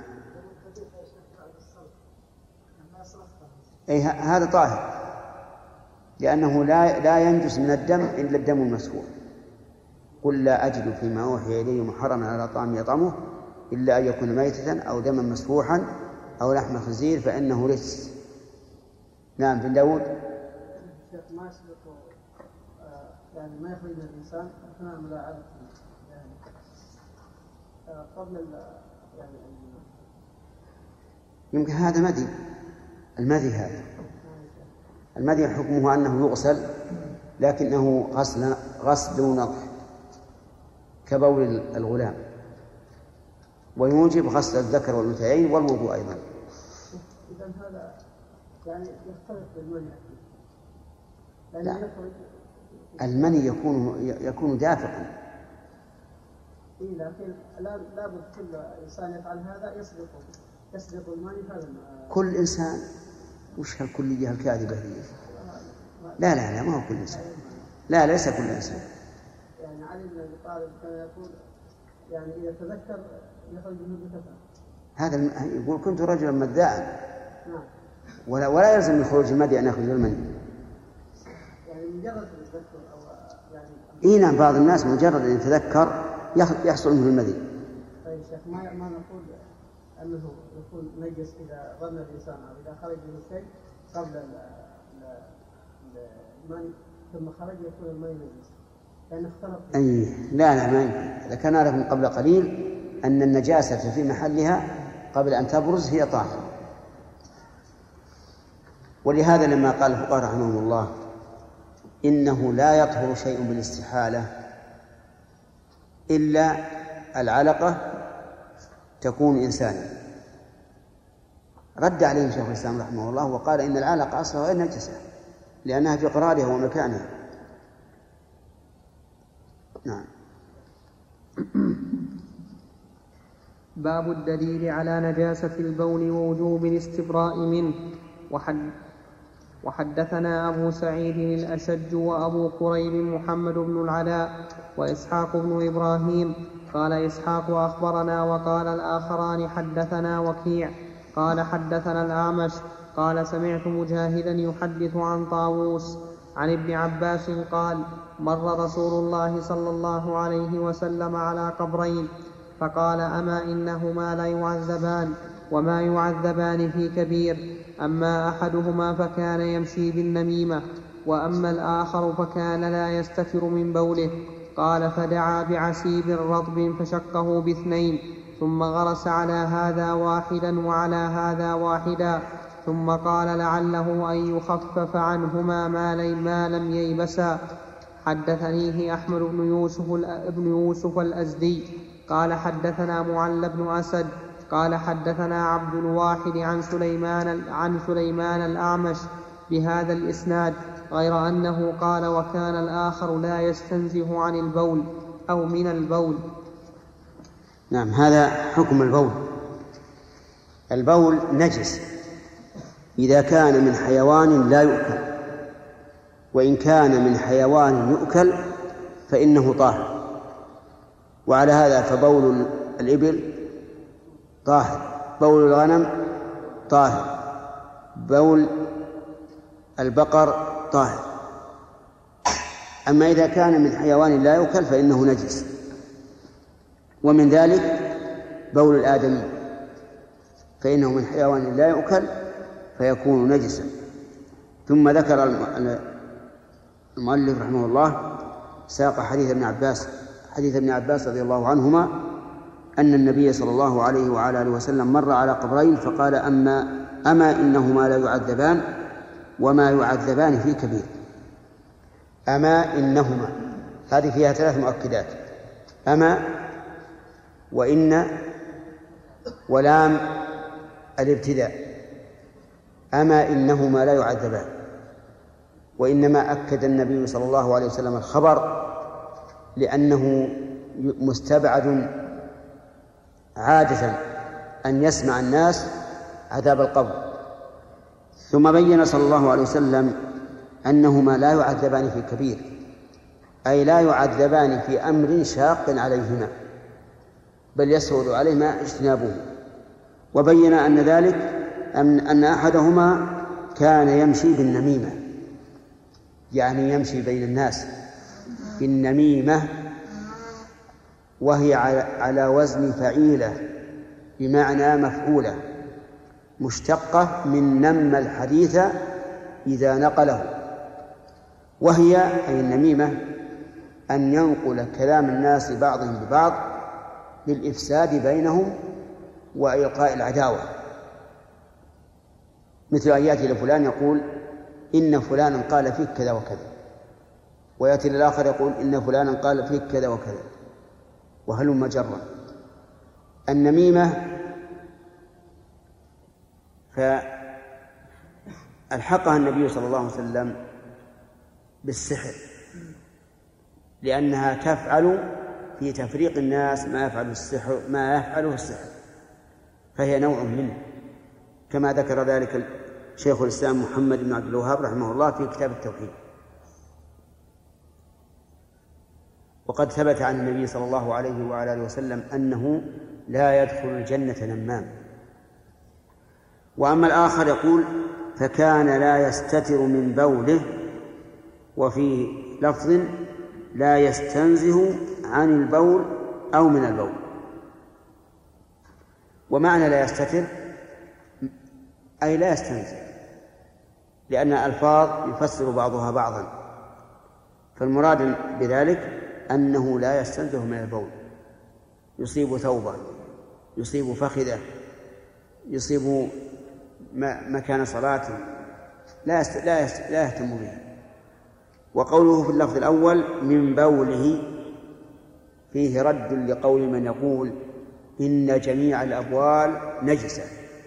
أي هذا طاهر، لأنه لا ينجس من الدم إلا الدم المسفوح. قل لا أجد فيما أوحي إلي محرما على طعام يطعمه إلا أن يكون ميتة أو دما مسفوحا أو لحم خنزير فإنه رجس. نعم. بن داود. ما يسبق يعني ما يخرج من الإنسان أثناء ملاعبته يعني قبل يعني يمكن هذا مدي. المدي حكمه أنه يغسل، لكنه غسل ونضح كبول الغلام، ويوجب غسل الذكر والأنثيين والوضوء أيضا. إذن هذا يعني يختلف بالمني. لا، المني يكون دافقا. لكن لابد كل إنسان يفعل هذا يسبق المني. هذا كل إنسان؟ وش هالكلية الكاذبة هي؟ لا ما هو كل إنسان. لا، ليس كل إنسان. يعني علي بن أبي طالب كان يقول يعني إذا تذكر يخرج منه بكفة. هذا يقول كنت رجلا مذاعا. نعم. ولا يلزم من خروج المدي أن يخرج المني. يعني مجرد التذكر أو يعني نعم، بعض الناس مجرد أن يتذكر يحصل منه المدي. طيب شيخ، ما نقول أنه يكون نجس إذا ظن الإنسان أو إذا خرج منه شيء قبل المني ثم خرج يكون المني نجس، لأن اختلط. لا ما يمكن. إذا كان نعرف من قبل قليل أن النجاسة في محلها قبل أن تبرز هي طاهرة. ولهذا لما قال الفقهاء رحمهم الله إنه لا يطهر شيء بالاستحالة إلا العلقة تكون إنسانا، رد عليهم شيخ الإسلام رحمه الله وقال إن العلقة أصلها غير نجسة لأنها في قرارها ومكانها. نعم. باب الدليل على نجاسة البول ووجوب الاستبراء منه. وحدثنا أبو سعيد الأشج وأبو كريب محمد بن العلاء وإسحاق بن إبراهيم. قال إسحاق أخبرنا، وقال الآخران حدثنا وكيع قال حدثنا الأعمش قال سمعت مجاهدا يحدث عن طاووس عن ابن عباس قال مر رسول الله صلى الله عليه وسلم على قبرين فقال أما إنهما لا يعذبان وما يعذبان في كبير، أما أحدهما فكان يمشي بالنميمة وأما الآخر فكان لا يستتر من بوله. قال فدعا بعسيب رطب فشقه باثنين ثم غرس على هذا واحدا وعلى هذا واحدا ثم قال لعله أن يخفف عنهما ما لم ييبسا. حدثنيه أحمد بن يوسف الأزدي قال حدثنا معل بن أسد قال حدثنا عبد الواحد عن سليمان الأعمش بهذا الإسناد، غير أنه قال وكان الآخر لا يستنزه عن البول أو من البول. نعم. هذا حكم البول. البول نجس إذا كان من حيوان لا يؤكل، وإن كان من حيوان يؤكل فإنه طاهر. وعلى هذا فبول الإبل طاهر، بول الغنم طاهر، بول البقر طاهر. أما إذا كان من حيوان لا يؤكل فإنه نجس، ومن ذلك بول الآدمي فإنه من حيوان لا يؤكل فيكون نجسا. ثم ذكر المؤلف رحمه الله ساق حديث ابن عباس رضي الله عنهما أن النبي صلى الله عليه وعلى آله وسلم مر على قبرين فقال أما إنهما لا يعذبان وما يعذبان في كبير. أما إنهما هذه فيها 3 مؤكدات: أما وإن ولام الابتداء. أما إنهما لا يعذبان. وإنما أكد النبي صلى الله عليه وسلم الخبر لأنه مستبعد عادة أن يسمع الناس عذاب القبر. ثم بين صلى الله عليه وسلم أنهما لا يعذبان في كبير، أي لا يعذبان في أمر شاق عليهما، بل يسهل عليهما اجتنابه. وبين أن ذلك أن أحدهما كان يمشي بالنميمة، يعني يمشي بين الناس بالنميمة، وهي على وزن فعيلة بمعنى مفعولة، مشتقة من نم الحديث إذا نقله. وهي أي النميمة أن ينقل كلام الناس بعضهم ببعض للإفساد بينهم وإلقاء العداوة، مثل أن يأتي لفلان يقول إن فلانا قال فيك كذا وكذا، ويأتي للآخر يقول إن فلانا قال فيك كذا وكذا، وهلم جرا. النميمة فألحقها النبي صلى الله عليه وسلم بالسحر، لأنها تفعل في تفريق الناس ما يفعله السحر، فهي نوع منه، كما ذكر ذلك شيخ الإسلام محمد بن عبد الوهاب رحمه الله في كتاب التوحيد. وقد ثبت عن النبي صلى الله عليه وعلى آله وسلم أنه لا يدخل الجنة نمام. وأما الآخر يقول فكان لا يستتر من بوله، وفي لفظ لا يستنزه عن البول أو من البول. ومعنى لا يستتر أي لا يستنزه، لأن الألفاظ يفسر بعضها بعضا، فالمراد بذلك أنه لا يستنزه من البول، يصيب ثوبه، يصيب فخذه، يصيب مكان صلاته، لا يهتم به. وقوله في اللفظ الأول من بوله فيه رد لقول من يقول إن جميع الأبوال نجسة،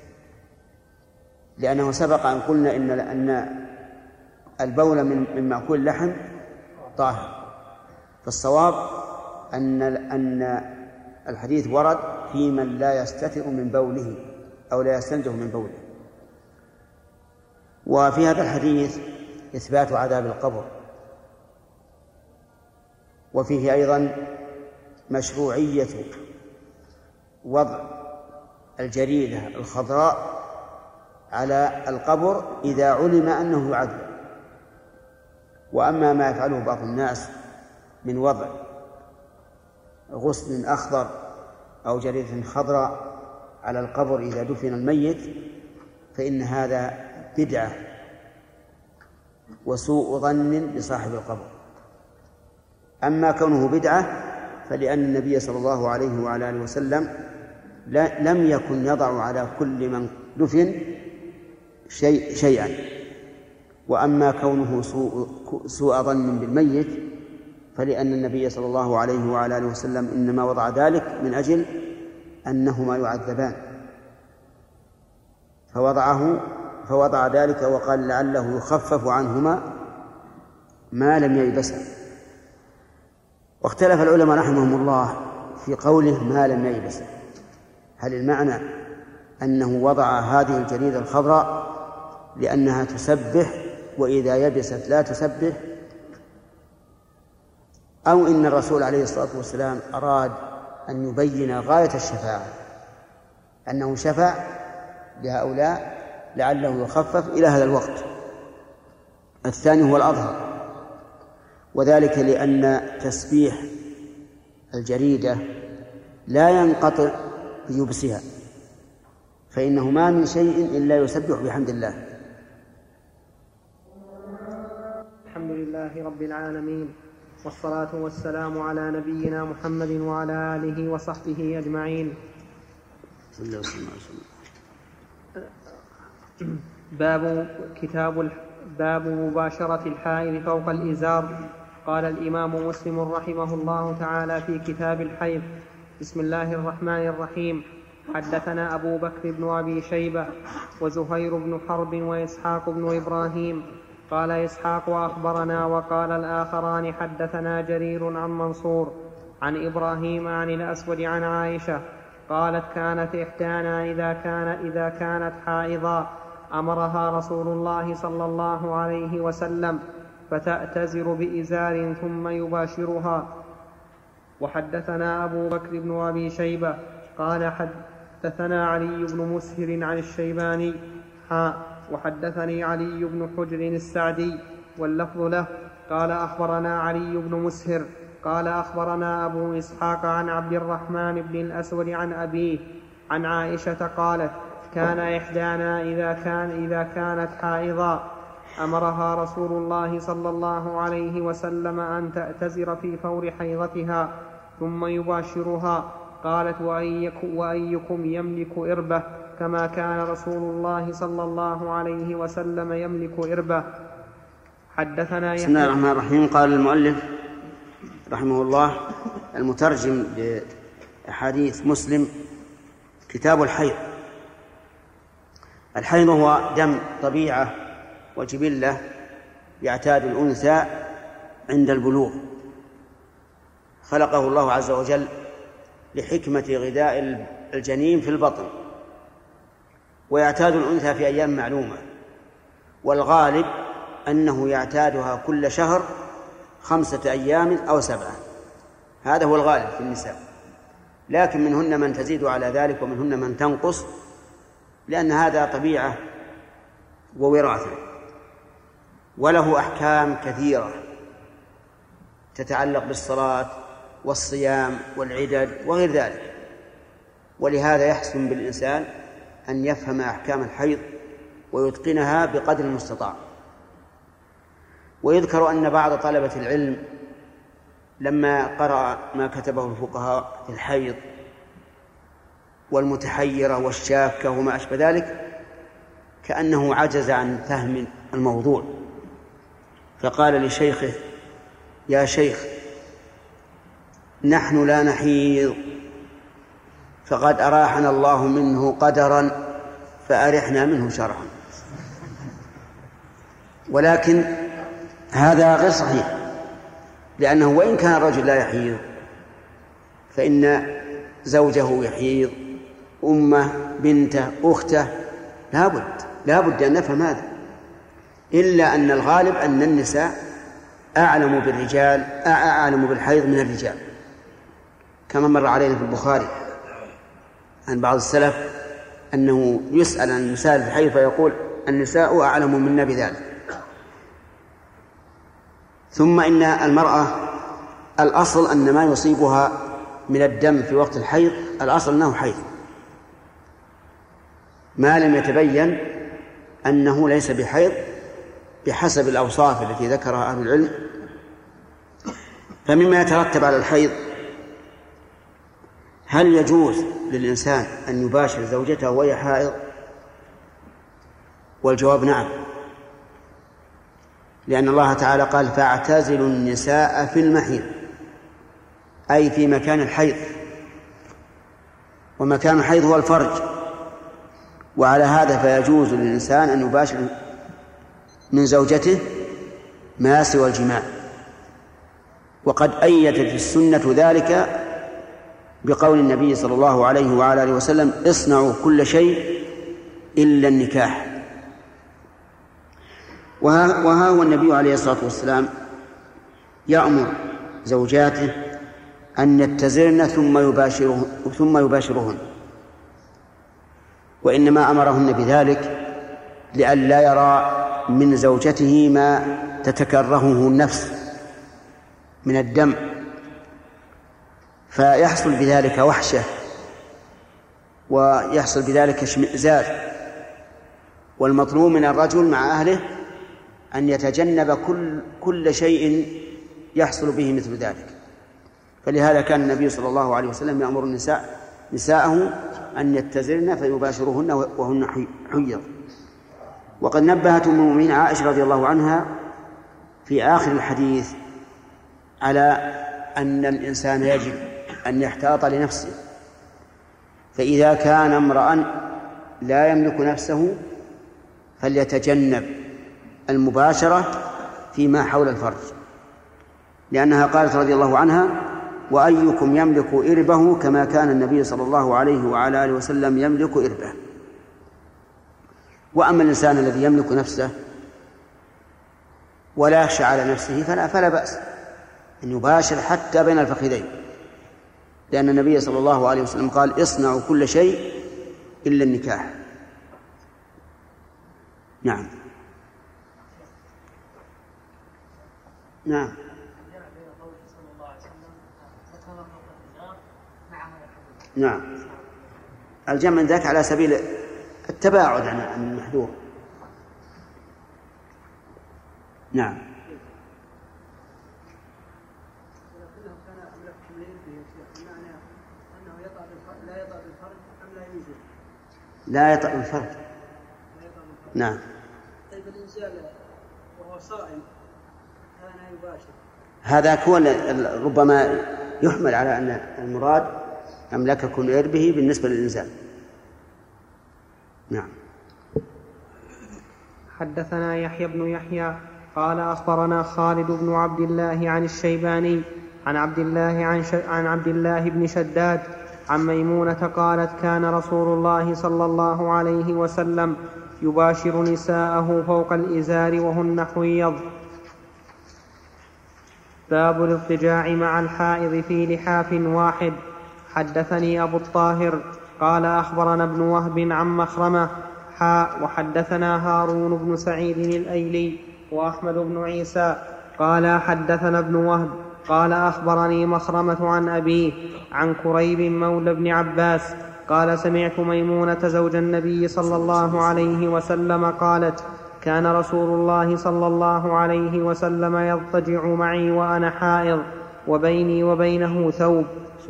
لأنه سبق أن قلنا أن البول من مأكول اللحم طاهر. فالصواب أن الحديث ورد في من لا يستتر من بوله أو لا يستنزه من بوله. وفي هذا الحديث إثبات عذاب القبر، وفيه أيضا مشروعية وضع الجريدة الخضراء على القبر إذا علم أنه يعذب. وأما ما يفعله بعض الناس من وضع غصن أخضر أو جريدة خضراء على القبر إذا دفن الميت فإن هذا بدعة وسوء ظن بصاحب القبر. أما كونه بدعة فلأن النبي صلى الله عليه وعلى آله وسلم لم يكن يضع على كل من دفن شيئا. وأما كونه سوء ظن بالميت فلأن النبي صلى الله عليه وعلى آله وسلم إنما وضع ذلك من أجل أنهما يعذبان، فوضع ذلك وقال لعله يخفف عنهما ما لم ييبسا. واختلف العلماء رحمهم الله في قوله ما لم ييبسا، هل المعنى أنه وضع هذه الجريدة الخضراء لأنها تسبح وإذا يبست لا تسبح، أو إن الرسول عليه الصلاة والسلام أراد أن يبين غاية الشفاعة، أنه شفع لهؤلاء لعله يخفف إلى هذا الوقت. الثاني هو الأظهر، وذلك لأن تسبيح الجريدة لا ينقطع بيبسها، فإنه ما من شيء إلا يسبح بحمد الله. الحمد لله رب العالمين، والصلاة والسلام على نبينا محمد وعلى آله وصحبه أجمعين. باب مباشرة الحائض فوق الإزار. قال الإمام مسلم رحمه الله تعالى في كتاب الحيض: بسم الله الرحمن الرحيم. حدثنا أبو بكر بن أبي شيبة وزهير بن حرب وإسحاق بن إبراهيم. قال إسحاق وأخبرنا، وقال الآخران حدثنا جرير عن منصور عن إبراهيم عن الأسود عن عائشة قالت كانت إحدانا إذا كانت حائضا أمرها رسول الله صلى الله عليه وسلم فتأتزر بإزار ثم يباشرها. وحدثنا أبو بكر بن أبي شيبة قال حدثنا علي بن مسهر عن الشيباني وحدثني علي بن حجر السعدي واللفظ له قال أخبرنا علي بن مسهر قال أخبرنا أبو إسحاق عن عبد الرحمن بن الأسود عن أبيه عن عائشة قالت كان إحدانا إذا كانت حائضا أمرها رسول الله صلى الله عليه وسلم أن تأتزر في فور حيضتها ثم يباشرها. قالت وأيكم يملك إربة كما كان رسول الله صلى الله عليه وسلم يملك إربة. حدثنا بسم الله الرحمن الرحيم. قال المؤلف رحمه الله المترجم لأحاديث مسلم كتاب الحيض. الحيض هو دم طبيعة وجبلة يعتاد الأنثى عند البلوغ، خلقه الله عز وجل لحكمة غذاء الجنين في البطن، ويعتاد الأنثى في أيام معلومة، والغالب أنه يعتادها كل شهر 5 أيام أو 7، هذا هو الغالب في النساء، لكن منهن من تزيد على ذلك ومنهن من تنقص، لأن هذا طبيعة ووراثة، وله أحكام كثيرة تتعلق بالصلاة والصيام والعدد وغير ذلك، ولهذا يحسن بالإنسان أن يفهم أحكام الحيض ويتقنها بقدر المستطاع. ويذكر أن بعض طلبة العلم لما قرأ ما كتبه الفقهاء في الحيض والمتحيرة والشاكة وما أشبه ذلك كأنه عجز عن فهم الموضوع، فقال لشيخه: يا شيخ، نحن لا نحيض، فقد أراحنا الله منه قدرا فأرحنا منه شرعا. ولكن هذا غير صحيح، لأنه وإن كان الرجل لا يحيض فإن زوجه يحيض، أمه، بنته، أخته، لا بد أن نفهم هذا، إلا أن الغالب أن النساء أعلم بالحيض من الرجال، كما مر علينا في البخاري عن بعض السلف أنه يسأل عن النساء في الحيض فيقول: النساء أعلم منا بذلك. ثم إن المرأة الأصل أن ما يصيبها من الدم في وقت الحيض الأصل أنه حيض، ما لم يتبين أنه ليس بحيض بحسب الأوصاف التي ذكرها أهل العلم. فمما يترتب على الحيض: هل يجوز للإنسان أن يباشر زوجته وهي حائض؟ والجواب نعم، لأن الله تعالى قال: فاعتزلوا النساء في المحيض، أي في مكان الحيض، ومكان الحيض هو الفرج، وعلى هذا فيجوز للإنسان أن يباشر من زوجته ما سوى الجماع. وقد أيدت السنة ذلك بقول النبي صلى الله عليه وعلى آله وسلم: اصنعوا كل شيء إلا النكاح. وها هو النبي عليه الصلاة والسلام يأمر زوجاته أن يتزرن ثم يباشرهن، وإنما أمرهن بذلك لئلا يرى من زوجته ما تتكرهه النفس من الدم، فيحصل بذلك وحشة ويحصل بذلك اشمئزاز. والمطلوب من الرجل مع أهله أن يتجنب كل شيء يحصل به مثل ذلك. فلهذا كان النبي صلى الله عليه وسلم يأمر نساءه أن يتزرن فيباشرهن وهن حيض. وقد نبهت المؤمنين عائشة رضي الله عنها في آخر الحديث على أن الإنسان يجب أن يحتاط لنفسه، فإذا كان امرأ لا يملك نفسه فليتجنب المباشرة فيما حول الفرج، لأنها قالت رضي الله عنها: وأيكم يملك إربه كما كان النبي صلى الله عليه وعلى آله وسلم يملك إربه. وأما الإنسان الذي يملك نفسه ولا يخشى على نفسه فلا بأس أن يباشر حتى بين الفخذين، لأن النبي صلى الله عليه وسلم قال: اصنعوا كل شيء إلا النكاح. نعم. نعم. نعم. الجمع من ذاك على سبيل التباعد عن المحذور. نعم. لا يطأ بالفرج. نعم. طيب الإنزال وهو صائم كان يباشر، هذا كون ربما يحمل على أن المراد أملككم إربه بالنسبة للإنزال. نعم. حدثنا يحيى بن يحيى قال أخبرنا خالد بن عبد الله عن الشيباني عن عبد الله بن شداد عن ميمونة قالت: كان رسول الله صلى الله عليه وسلم يباشر نساءه فوق الإزار وهن حيض. باب الاضطجاع مع الحائض في لحاف واحد. حدثني أبو الطاهر قال أخبرنا ابن وهب عن مخرمة وحدثنا هارون بن سعيد الأيلي وأحمد بن عيسى قال حدثنا ابن وهب قال أخبرني مخرمة عن أبيه عن كريب مولى ابن عباس قال: سمعت ميمونة زوج النبي صلى الله عليه وسلم قالت: كان رسول الله صلى الله عليه وسلم يضطجع معي وأنا حائض وبيني وبينه ثوب.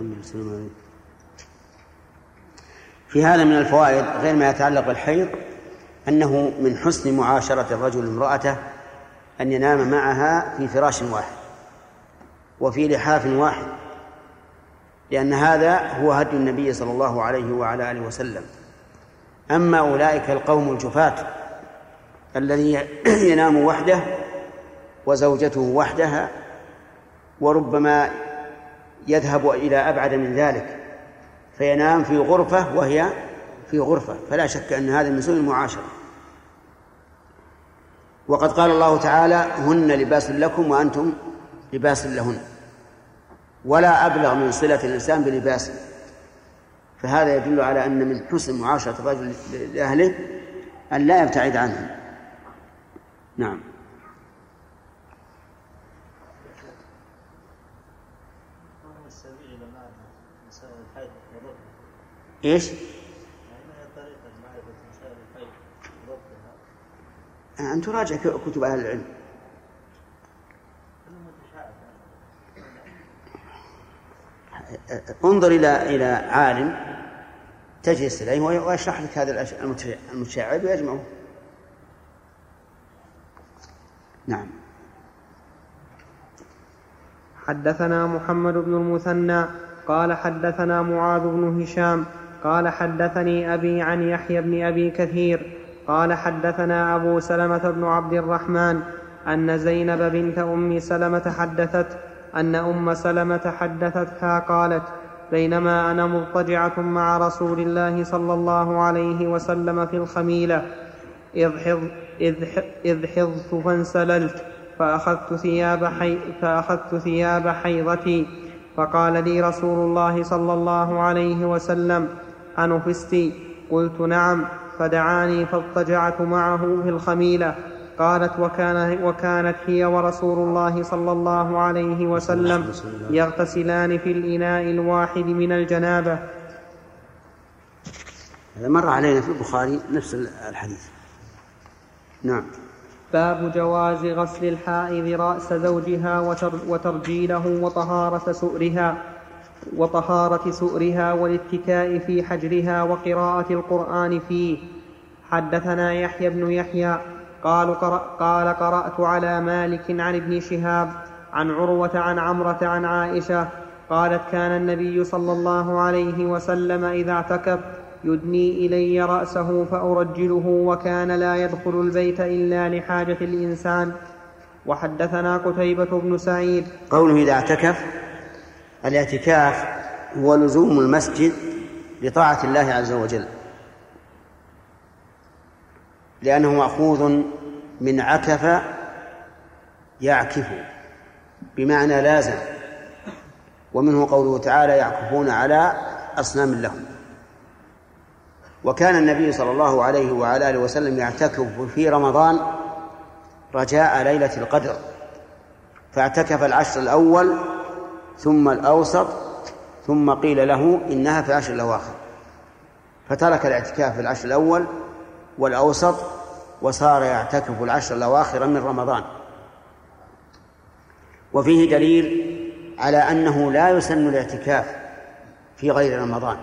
في هذا من الفوائد غير ما يتعلق بالحيض أنه من حسن معاشرة الرجل امرأته أن ينام معها في فراش واحد وفي لحاف واحد، لأن هذا هو هدي النبي صلى الله عليه وعلى آله وسلم. أما أولئك القوم الجفاة الذي ينام وحده وزوجته وحدها وربما يذهب إلى أبعد من ذلك فينام في غرفة وهي في غرفة، فلا شك أن هذا من سوء المعاشرة. وقد قال الله تعالى: هن لباس لكم وأنتم لباس لهن، ولا أبلغ من صلة الإنسان بلباسه، فهذا يدل على أن من حسن معاشرة الرجل لأهله أن لا يبتعد عنهم. نعم. إيش؟ أن تراجع كتب أهل العلم. انظر إلى عالم تجلس إليه ويشرح لك هذا المتشعب ويجمعه. نعم. حدثنا محمد بن المثنى قال حدثنا معاذ بن هشام قال حدثني أبي عن يحيى بن أبي كثير قال حدثنا أبو سلمة بن عبد الرحمن أن زينب بنت أم سلمة حدثت أن أم سلمة حدثتها قالت: بينما أنا مضطجعة مع رسول الله صلى الله عليه وسلم في الخميلة إذ حضت فانسللت فأخذت ثياب حيضتي، فقال لي رسول الله صلى الله عليه وسلم: أنفست؟ قلت: نعم. فدعاني فاضطجعت معه في الخميلة. قالت: وكانت هي ورسول الله صلى الله عليه وسلم يغتسلان في الإناء الواحد من الجنابة. هذا مر علينا في البخاري نفس الحديث. نعم. باب جواز غسل الحائض رأس زوجها وترجيله وطهارة سؤرها والاتكاء في حجرها وقراءة القرآن فيه. حدثنا يحيى بن يحيى قال قرأت على مالك عن ابن شهاب عن عروة عن عمرة عن عائشة قالت كان النبي صلى الله عليه وسلم إذا اعتكف يدني إلي رأسه فأرجله وكان لا يدخل البيت إلا لحاجة الإنسان. وحدثنا قتيبة بن سعيد. قوله إذا اعتكف، الاعتكاف هو لزوم المسجد لطاعة الله عز وجل، لأنه مأخوذ من عكف يعكف بمعنى لازم، ومنه قوله تعالى يعكفون على أصنام لهم. وكان النبي صلى الله عليه وعلى آله وسلم يعتكف في رمضان رجاء ليلة القدر، فاعتكف العشر الأول ثم الأوسط ثم قيل له إنها في العشر الأواخر، فترك الاعتكاف في العشر الأول والأوسط وصار يعتكف العشر الأواخر من رمضان. وفيه دليل على أنه لا يسن الاعتكاف في غير رمضان،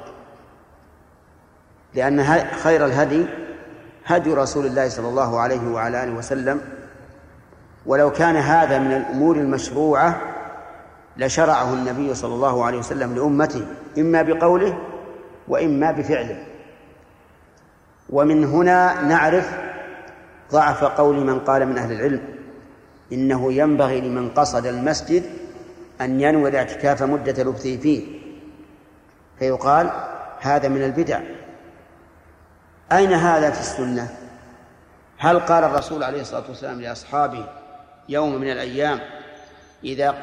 لأن خير الهدي هدي رسول الله صلى الله عليه وعلى آله وسلم، ولو كان هذا من الأمور المشروعة لشرعه النبي صلى الله عليه وسلم لأمته إما بقوله وإما بفعله. ومن هنا نعرف ضعف قول من قال من أهل العلم إنه ينبغي لمن قصد المسجد أن ينوي الاعتكاف مدة لبثه فيه، فيقال هذا من البدع. أين هذا في السنة؟ هل قال الرسول عليه الصلاة والسلام لأصحابه يوم من الأيام إذا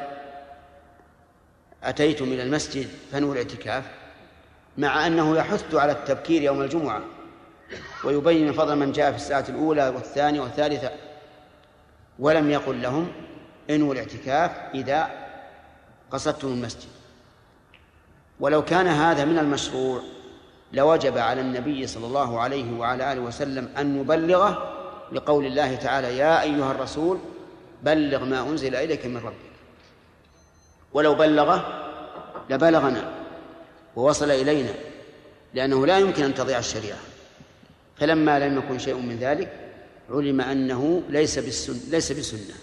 أتيتم إلى المسجد فانووا الاعتكاف، مع أنه يحث على التبكير يوم الجمعة ويبين فضل من جاء في الساعة الأولى والثانية والثالثة، ولم يقل لهم انووا الاعتكاف إذا قصدتم المسجد. ولو كان هذا من المشروع لوجب على النبي صلى الله عليه وعلى آله وسلم أن يبلغه، لقول الله تعالى يا أيها الرسول بلغ ما أنزل إليك من ربك. ولو بلغه لبلغنا ووصل إلينا، لأنه لا يمكن أن تضيع الشريعة. فلما لم يكن شيء من ذلك علم أنه ليس بسنة،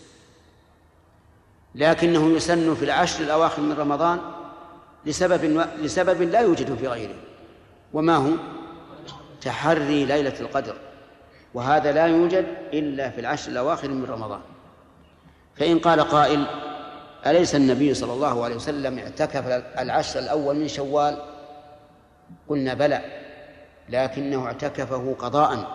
لكنه يسن في العشر الأواخر من رمضان لسبب لا يوجد في غيره، وما هو تحري ليلة القدر، وهذا لا يوجد إلا في العشر الأواخر من رمضان. فإن قال قائل أليس النبي صلى الله عليه وسلم اعتكف العشر الأول من شوال؟ قلنا بلى، لكنه اعتكفه قضاء،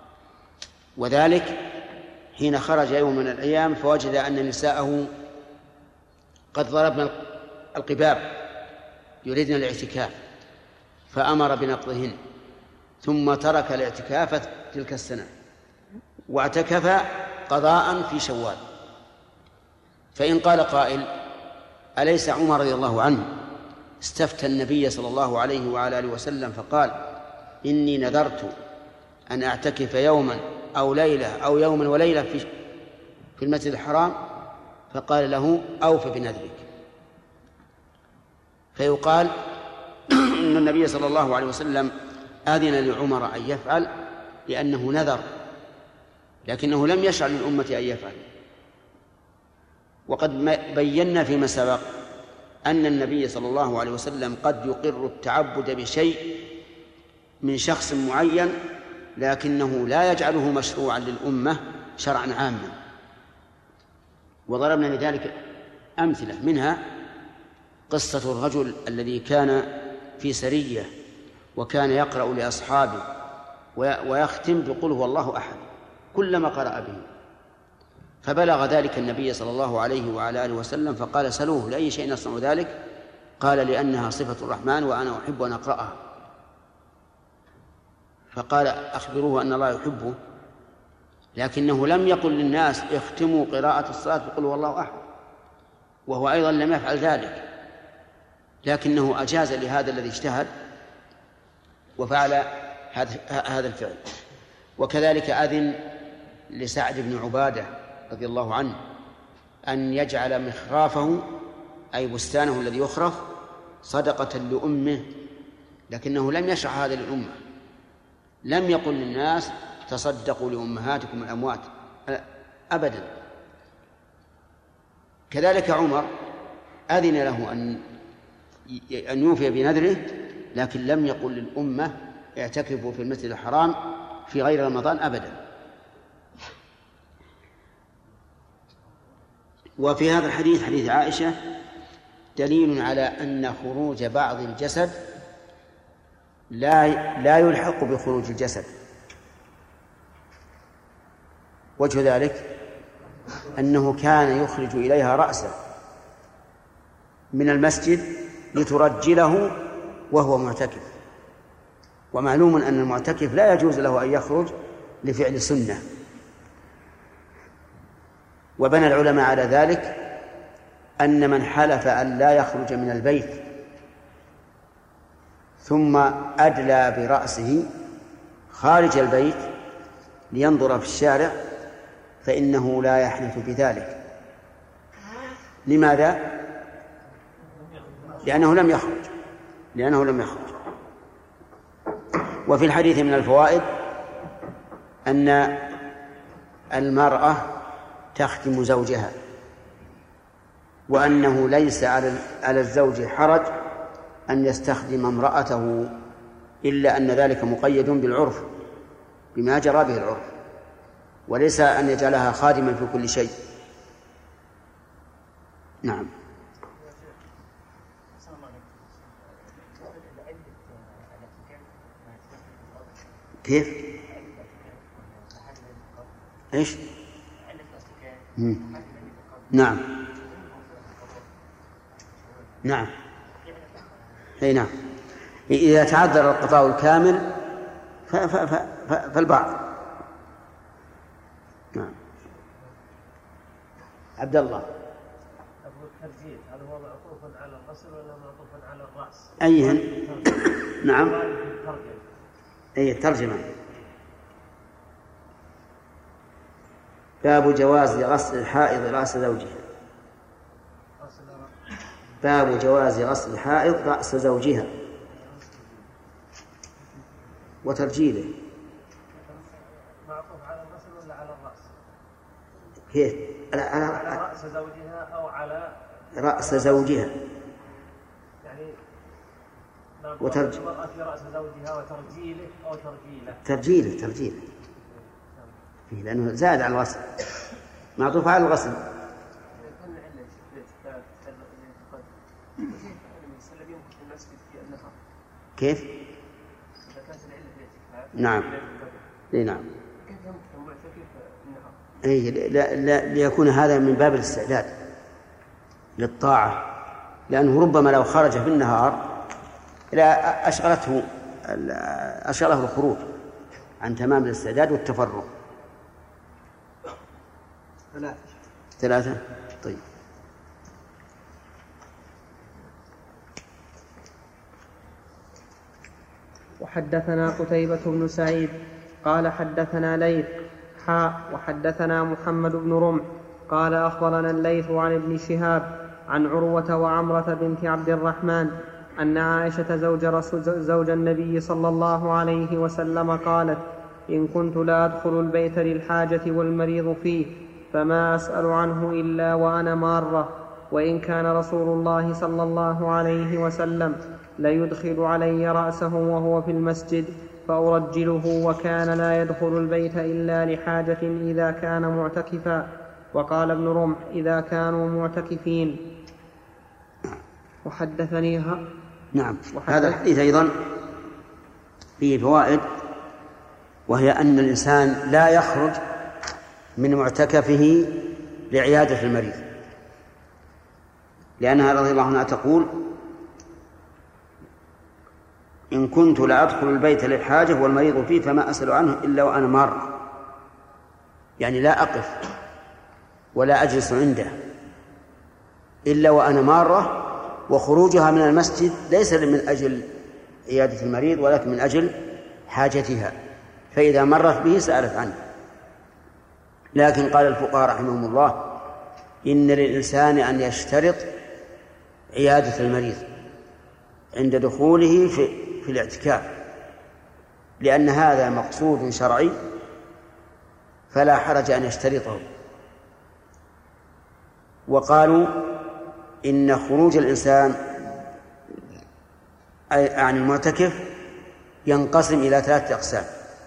وذلك حين خرج يوم من الأيام فوجد أن نساءه قد ضربن القباب يريدن الاعتكاف، فأمر بنقضهن، ثم ترك الاعتكاف تلك السنة واعتكف قضاء في شوال. فإن قال قائل أليس عمر رضي الله عنه استفتى النبي صلى الله عليه وعلى آله وسلم فقال إني نذرت أن أعتكف يوما أو ليلة أو يوما وليلة في المسجد الحرام، فقال له أوف بنذرك. فيقال إن النبي صلى الله عليه وسلم أذن لعمر أن يفعل لأنه نذر، لكنه لم يشرع للأمة أن يفعل. وقد بينا فيما سبق أن النبي صلى الله عليه وسلم قد يقر التعبد بشيء من شخص معين، لكنه لا يجعله مشروعا للأمة شرعا عاما. وضربنا لذلك أمثلة، منها قصة الرجل الذي كان في سرية وكان يقرأ لأصحابه ويختم بقل هو الله أحد كلما قرأ به، فبلغ ذلك النبي صلى الله عليه وعلى آله وسلم فقال سلوه لأي شيء يصنع ذلك؟ قال لأنها صفة الرحمن وأنا أحب أن أقرأها. فقال أخبروه أن الله يحبه، لكنه لم يقل للناس اختموا قراءة الصلاة بقل هو الله أحد، وهو أيضا لم يفعل ذلك، لكنه أجاز لهذا الذي اجتهد وفعل هذا الفعل. وكذلك أذن لسعد بن عبادة رضي الله عنه أن يجعل مخرافه أي بستانه الذي يخرف صدقة لأمه، لكنه لم يشرع هذا للأمة، لم يقل للناس تصدقوا لأمهاتكم الأموات أبدا. كذلك عمر أذن له أن يوفي بنذره، لكن لم يقل للأمة اعتكفوا في المسجد الحرام في غير رمضان أبدا. وفي هذا الحديث، حديث عائشة، دليل على أن خروج بعض الجسد لا يلحق بخروج الجسد. وجه ذلك أنه كان يخرج إليها رأسه من المسجد لترجله وهو معتكف، ومعلوم أن المعتكف لا يجوز له أن يخرج لفعل سنة. وبنى العلماء على ذلك أن من حلف أن لا يخرج من البيت ثم أدلى برأسه خارج البيت لينظر في الشارع فإنه لا يحنث بذلك. لماذا؟ لأنه لم يخرج. وفي الحديث من الفوائد أن المرأة تخدم زوجها، وأنه ليس على الزوج حرج أن يستخدم امرأته، إلا أن ذلك مقيد بالعرف بما جرى به العرف، وليس أن يجعلها خادما في كل شيء. نعم. كيف؟ إيش؟ نعم. نعم. أي نعم. إذا تعذر القضاء الكامل فالبعض. نعم. عبد الله. الترجيل هل هو معطوف على الغسل ولا معطوف على الرأس؟ أيهن؟ نعم. أي الترجمة. باب جواز غسل الحائض رأس زوجها. باب جواز غسل الحائض رأس زوجها وترجيله. معطوف على الغسل ولا على الرأس؟ كيف؟ على رأس زوجها أو على رأس زوجها. يعني وترجيل المرأة في رأس زوجها وترجيله أو ترجيله. ترجيله لأنه زاد على الغسل، معطوف على الغسل. كيف؟ نعم. نعم. ليكون هذا من باب الاستعداد للطاعة، لأنه ربما لو خرج في النهار أشغله الخروج عن تمام الاستعداد والتفرغ. 3. طيب. وحدثنا قتيبة بن سعيد قال حدثنا ليث وحدثنا محمد بن رمح قال أخبرنا الليث عن ابن شهاب عن عروة وعمرة بنت عبد الرحمن أن عائشة زوج النبي صلى الله عليه وسلم قالت: إن كنت لا أدخل البيت للحاجة والمريض فيه فما أسأل عنه إلا وأنا مارة، وإن كان رسول الله صلى الله عليه وسلم ليدخل علي رأسه وهو في المسجد فأرجله، وكان لا يدخل البيت إلا لحاجة إذا كان معتكفا. وقال ابن رمح: إذا كانوا معتكفين. وحدثنيها. نعم. هذا الحديث أيضا فيه فوائد، وهي أن الإنسان لا يخرج من معتكفه لعيادة المريض، لأنها رضي الله عنها تقول: إن كنت لا أدخل البيت للحاجة والمريض فيه فما أسأل عنه إلا وأنا مارة، يعني لا أقف ولا أجلس عنده إلا وأنا مارة. وخروجها من المسجد ليس من أجل عيادة المريض ولكن من أجل حاجتها، فإذا مرت به سألت عنه. لكن قال الفقهاء رحمهم الله: إن للإنسان أن يشترط عيادة المريض عند دخوله في الاعتكاف، لأن هذا مقصود شرعي فلا حرج أن يشترطه. وقالوا إن خروج الإنسان عن المعتكف ينقسم إلى 3 أقسام.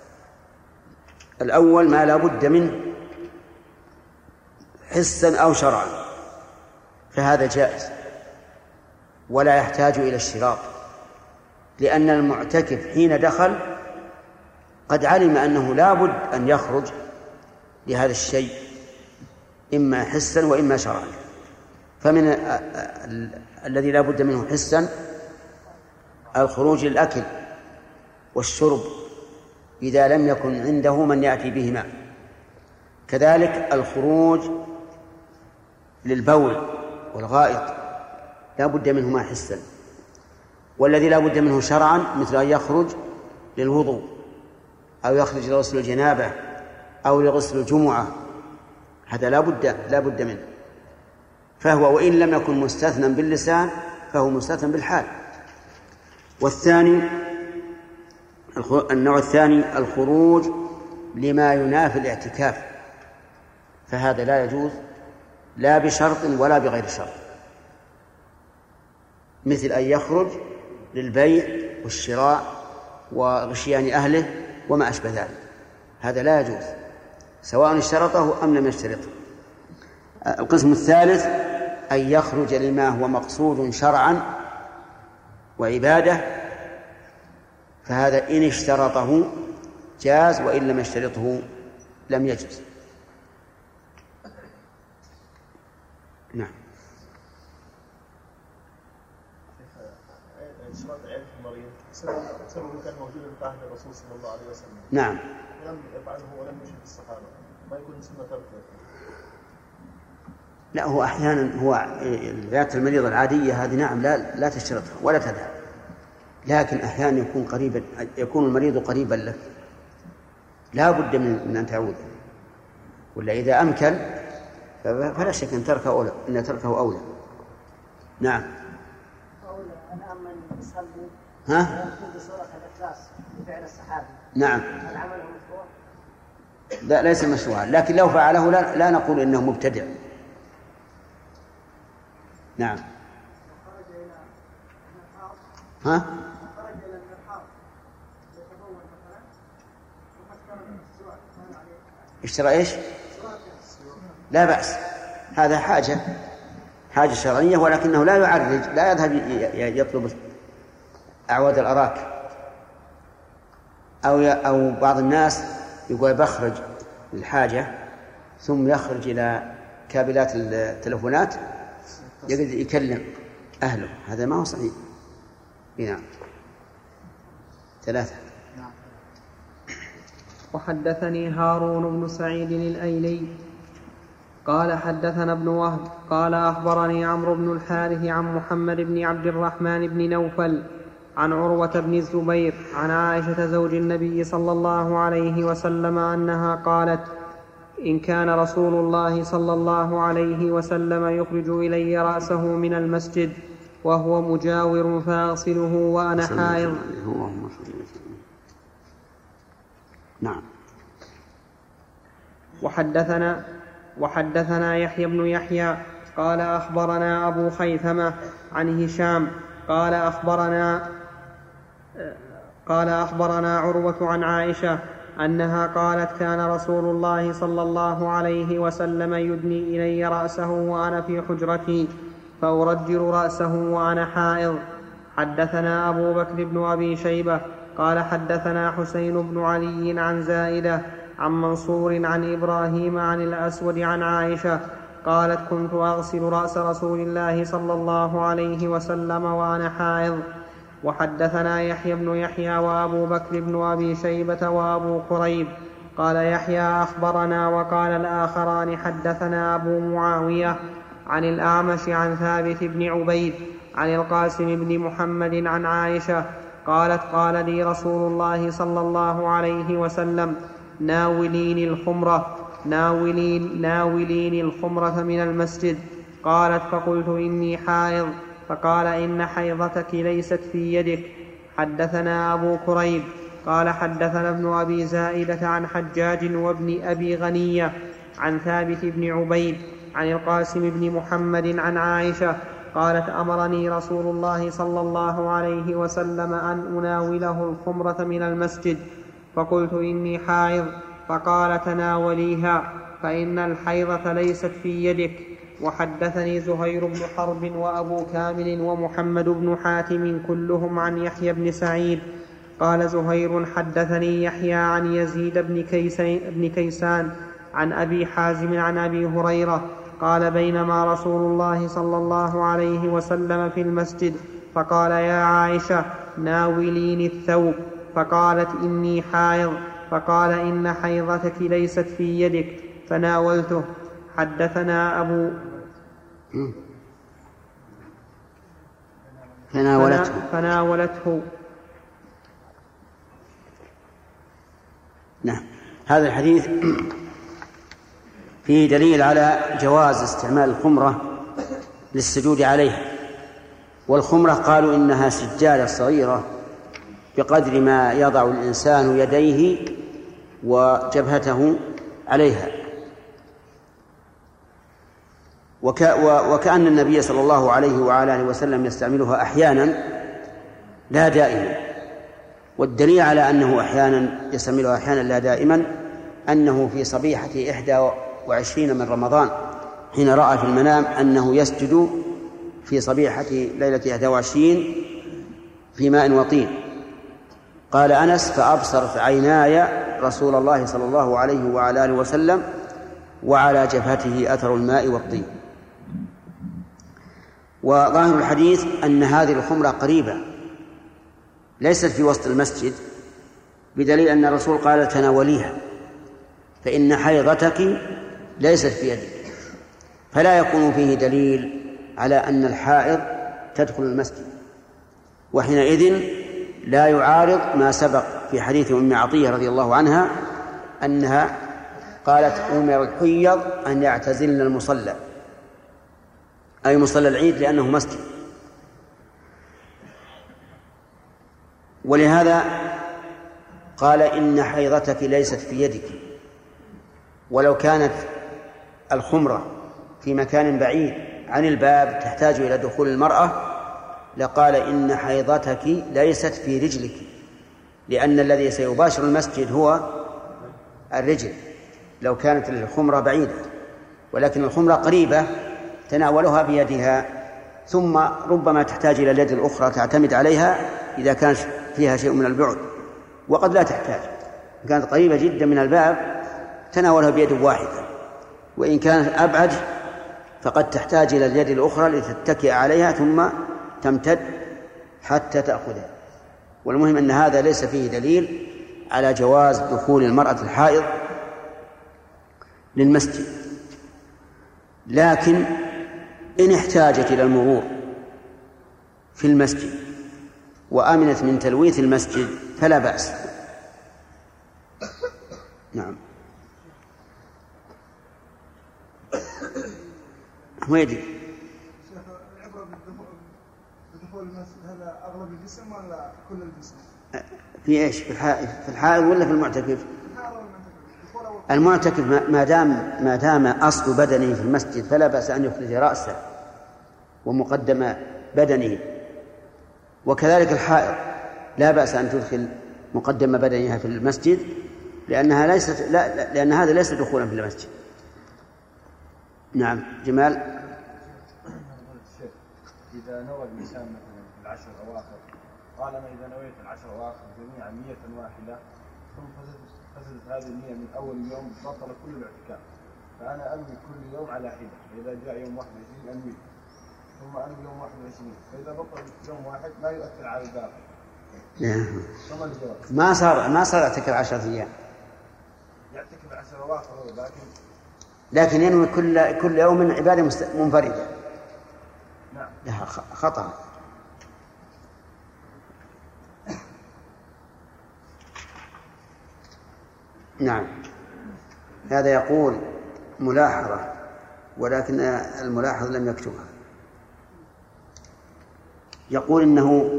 الأول ما لا بد منه حسا أو شرعا، فهذا جائز ولا يحتاج إلى الشراط، لأن المعتكف حين دخل قد علم أنه لا بد أن يخرج لهذا الشيء إما حسا وإما شرعا. فمن الذي لا بد منه حسا الخروج للأكل والشرب إذا لم يكن عنده من يأتي بهما، كذلك الخروج للبول والغائط لا بد منهما حسا. والذي لا بد منه شرعا مثل أن يخرج للوضوء أو يخرج لغسل الجنابة أو لغسل الجمعة، هذا لا بد منه، فهو وإن لم يكن مستثنى باللسان فهو مستثنى بالحال. والثاني النوع الثاني الخروج لما ينافي الاعتكاف، فهذا لا يجوز لا بشرط ولا بغير شرط، مثل أن يخرج للبيع والشراء وغشيان أهله وما أشبه ذلك، هذا لا يجوز سواء اشترطه أم لم يشترطه. القسم الثالث أن يخرج لما هو مقصود شرعا وعبادة، فهذا إن اشترطه جاز وإن لم يشترطه لم يجوز. نعم. إشراط عيادة المريض سبب كان موجودا في عهد الرسول صلى الله عليه وسلم. نعم. ولم يفعله ولم يشرك الصحابة، ما يكون سنة تركه. لا، هو أحيانا هو عيادة المريض العادية هذه نعم لا تشترطها ولا تذهب، لكن أحيانا يكون المريض قريبا لك لا بد من أن تعود، ولا إذا أمكن فلا شك أن تركه أولى. نعم. أنا أمن يصلي في سورة الإخلاص بفعل الصحابي. نعم. العمل مشروع؟ لا، ليس مشروعا، لكن لو فعله لا نقول إنه مبتدع. نعم. خرج إلى الحرب خرج إلى الحرب يتبول مثلا وفكر بالسواك هل عليه؟ اشترى ايش؟ لا بأس، هذا حاجة شرعية، ولكنه لا يعرج، لا يذهب يطلب أعواد الأراك أو بعض الناس يقول بخرج للحاجة ثم يخرج إلى كابلات التلفونات يكلم أهله، هذا ما هو صحيح. نعم. 3. وحدثني هارون بن سعيد الأيلي قال حدثنا ابن وهب قال أخبرني عمرو بن الحارث عن محمد بن عبد الرحمن بن نوفل عن عروة بن الزبير عن عائشة زوج النبي صلى الله عليه وسلم أنها قالت: إن كان رسول الله صلى الله عليه وسلم يخرج إلي رأسه من المسجد وهو مجاور فأغسله وأنا حائض. نعم. وحدثنا يحيى بن يحيى قال أخبرنا أبو خيثمة عن هشام قال أخبرنا عروة عن عائشة أنها قالت: كان رسول الله صلى الله عليه وسلم يدني إلي رأسه وأنا في حجرتي فأرجل رأسه وأنا حائض. حدثنا أبو بكر بن أبي شيبة قال حدثنا حسين بن علي عن زائدة عن منصور عن إبراهيم عن الأسود عن عائشة قالت: كنت أغسل رأس رسول الله صلى الله عليه وسلم وأنا حائض. وحدثنا يحيى بن يحيى وأبو بكر بن أبي شيبة وأبو قريب. قال يحيى أخبرنا، وقال الآخران حدثنا أبو معاوية عن الأعمش عن ثابت بن عبيد عن القاسم بن محمد عن عائشة قالت: قال لي رسول الله صلى الله عليه وسلم: ناوليني الخمرة من المسجد. قالت: فقلت: إني حائض. فقال: إن حيضتك ليست في يدك. حدثنا أبو كريب قال حدثنا ابن أبي زائدة عن حجاج وابن أبي غنية عن ثابت بن عبيد عن القاسم بن محمد عن عائشة قالت أمرني رسول الله صلى الله عليه وسلم أن أناوله الخمرة من المسجد، فقلت إني حائض، فقال تناوليها فإن الحيضة ليست في يدك. وحدثني زهير بن حرب وأبو كامل ومحمد بن حاتم كلهم عن يحيى بن سعيد. قال زهير حدثني يحيى عن يزيد بن كيسان عن أبي حازم عن أبي هريرة قال بينما رسول الله صلى الله عليه وسلم في المسجد فقال يا عائشة ناوليني الثوب، فقالت إني حائض، فقال إن حيضتك ليست في يدك، فناولته. حدثنا أبو فناولته. نعم. هذا الحديث فيه دليل على جواز استعمال الخمرة للسجود عليها. والخمرة قالوا إنها سجادة صغيرة بقدر ما يضع الإنسان يديه وجبهته عليها. وكأن النبي صلى الله عليه وعلى آله وسلم يستعملها أحيانا لا دائما. والدليل على أنه أحيانا يستعملها أحيانا لا دائما أنه في صبيحة 21 من رمضان حين رأى في المنام أنه يسجد في صبيحة ليلة 21 في ماء وطين. قال أنس فأبصرت عيناي رسول الله صلى الله عليه وعلى آله وسلم وعلى جبهته أثر الماء والطين. وظاهر الحديث أن هذه الخمرة قريبة ليست في وسط المسجد، بدليل أن الرسول قال تناوليها فإن حيضتك ليست في يدك، فلا يكون فيه دليل على أن الحائض تدخل المسجد. وحينئذ لا يعارض ما سبق في حديث أم عطية رضي الله عنها أنها قالت أمر الحيض أن يعتزلن المصلى، أي مصلى العيد، لأنه مسجد. ولهذا قال إن حيضتك ليست في يدك. ولو كانت الخمرة في مكان بعيد عن الباب تحتاج إلى دخول المرأة لقال إن حيضتك ليست في رجلك، لأن الذي سيباشر المسجد هو الرجل لو كانت الخمرة بعيدة، ولكن الخمرة قريبة تناولها بيدها، ثم ربما تحتاج إلى اليد الأخرى تعتمد عليها إذا كانت فيها شيء من البعد، وقد لا تحتاج. إن كانت قريبة جدا من الباب تناولها بيد واحدة، وإن كانت أبعد فقد تحتاج إلى اليد الأخرى لتتكئ عليها ثم تمتد حتى تأخذها. والمهم أن هذا ليس فيه دليل على جواز دخول المرأة الحائض للمسجد، لكن إن احتاجت إلى المرور في المسجد وأمنت من تلويث المسجد فلا بأس. نعم. ويدي العبرة بدخول المسجد هذا أغلب الجسم ولا كل الجسم؟ في إيش؟ في الحائض ولا في المعتكف؟ المعتكف ما دام أصل بدنه في المسجد فلا بأس أن يخرج رأسه ومقدم بدنه، وكذلك الحائض لا بأس أن تدخل مقدم بدنها في المسجد، لأن هذا ليس دخولا في المسجد. نعم. جمال. إذا نوى الإنسان مثلا في العشر الأواخر، قال أنا إذا نويت العشر الأواخر جميعا نية واحدة ثم فسدت هذه النية من أول يوم بطل كل الاعتكاف، فأنا أنوي كل يوم على حدة، فإذا جاء يوم 21 أنوي، ثم أنوي يوم 21، فإذا بطل يوم واحد ما يؤثر على الباقي. ما صار يعتكف 10 أيام، يعتكف 10 أواخر، لكن ينوي كل يوم عبادة منفردة. نعم. لها خطأ. نعم. هذا يقول ملاحظة، ولكن الملاحظ لم يكتبها. يقول إنه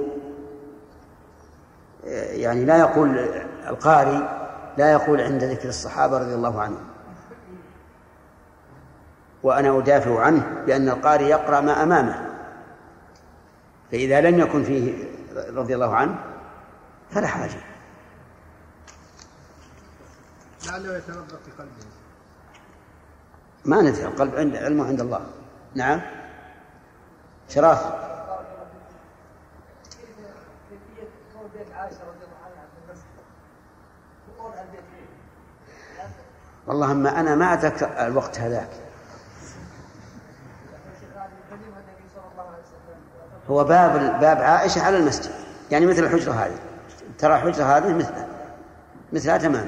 يعني لا يقول القارئ لا يقول عند ذكر الصحابة رضي الله عنهم، وأنا أدافع عنه بأن القارئ يقرأ ما أمامه فإذا لم يكن فيه رضي الله عنه فلا حاجة. لعله يتنبأ في قلبه. ما ندري، القلب علمه عند الله. نعم شراف. والله ما أنا ما أتذكر الوقت هذاك. هو باب عائشة على المسجد، يعني مثل الحجرة هذه، ترى الحجرة هذه مثلها تماما.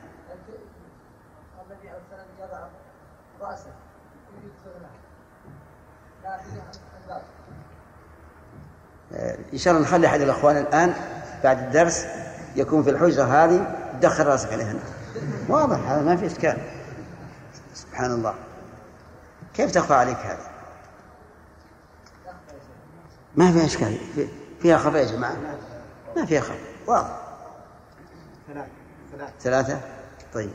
إن شاء الله نخلي أحد الأخوان الآن بعد الدرس يكون في الحجرة هذه تدخل رأسك عليها. واضح هذا ما في إشكال. سبحان الله، كيف تخفى عليك هذا؟ ما فيها إشكال، فيها خفاء يا جماعة، ما فيها خفاء، واضح. 3 طيب.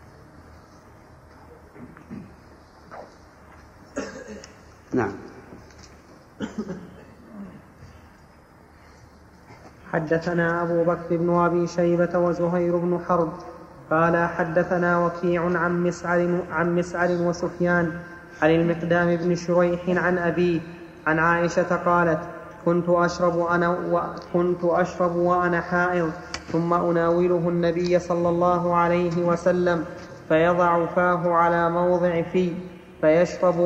نعم. حدثنا أبو بكر بن أبي شيبة وزهير بن حرب قال حدثنا وكيع عن مسعر وسفيان عن المقدام بن شريح عن أبيه عن عائشة قالت كنت أشرب وأنا حائض ثم أناوله النبي صلى الله عليه وسلم فيضع فاه على موضع فيه فيشرب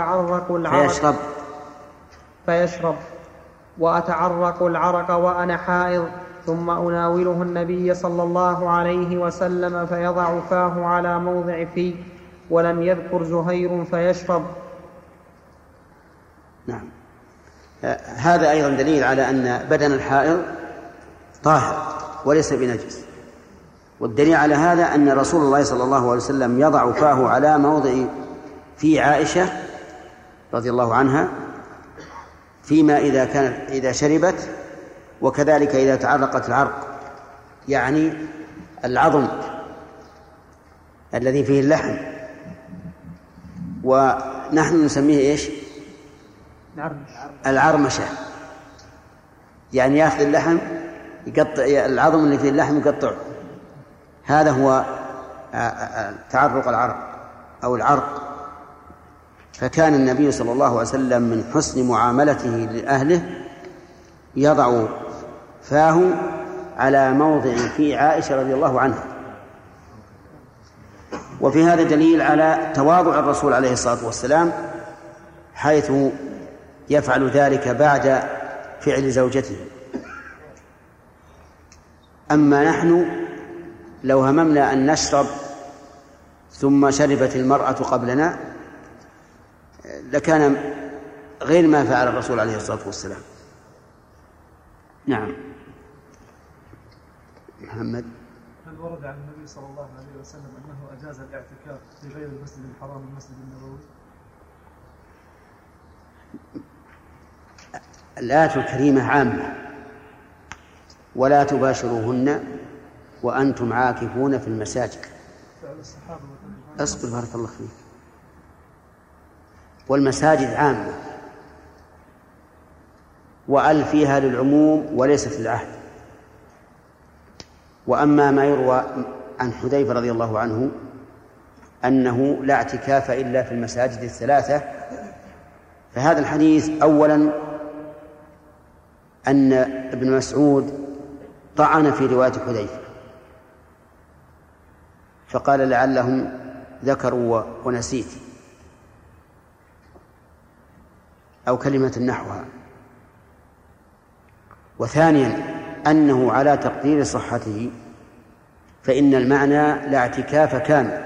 وأتعرق العرق وأنا حائض ثم أناوله النبي صلى الله عليه وسلم فيضع فاه على موضع فيه ولم يذكر زهير فيشرب. نعم. هذا أيضا دليل على أن بدن الحائض طاهر وليس بنجس، والدليل على هذا أن رسول الله صلى الله عليه وسلم يضع فاه على موضع في عائشة رضي الله عنها فيما إذا شربت، وكذلك إذا تعرقت العرق، يعني العظم الذي فيه اللحم، ونحن نسميه إيش؟ العرمشة، يعني يأخذ اللحم يقطع العظم اللي فيه اللحم يقطعه، هذا هو تعرق العرق أو العرق. فكان النبي صلى الله عليه وسلم من حسن معاملته لأهله يضع فاه على موضع في عائشة رضي الله عنها. وفي هذا دليل على تواضع الرسول عليه الصلاة والسلام حيث يفعل ذلك بعد فعل زوجته. أما نحن لو هممنا أن نشرب ثم شربت المرأة قبلنا لكان غير ما فعل الرسول عليه الصلاة والسلام. نعم. محمد. هل ورد عن النبي صلى الله عليه وسلم أنه أجاز الاعتكاف في غير المسجد الحرام المسجد النبوي؟ الآية الكريمة عامة: ولا تباشروهن وأنتم عاكفون في المساجد. أصبر بارك الله فيك. والمساجد عامة، وأل فيها للعموم وليست للعهد. وأما ما يروى عن حذيفة رضي الله عنه أنه لا اعتكاف إلا في المساجد الثلاثة، فهذا الحديث أولا أن ابن مسعود طعن في رواية حذيفة فقال لعلهم ذكروا ونسيت أو كلمة نحوها. وثانيا أنه على تقدير صحته، فإن المعنى لا اعتكاف كامل.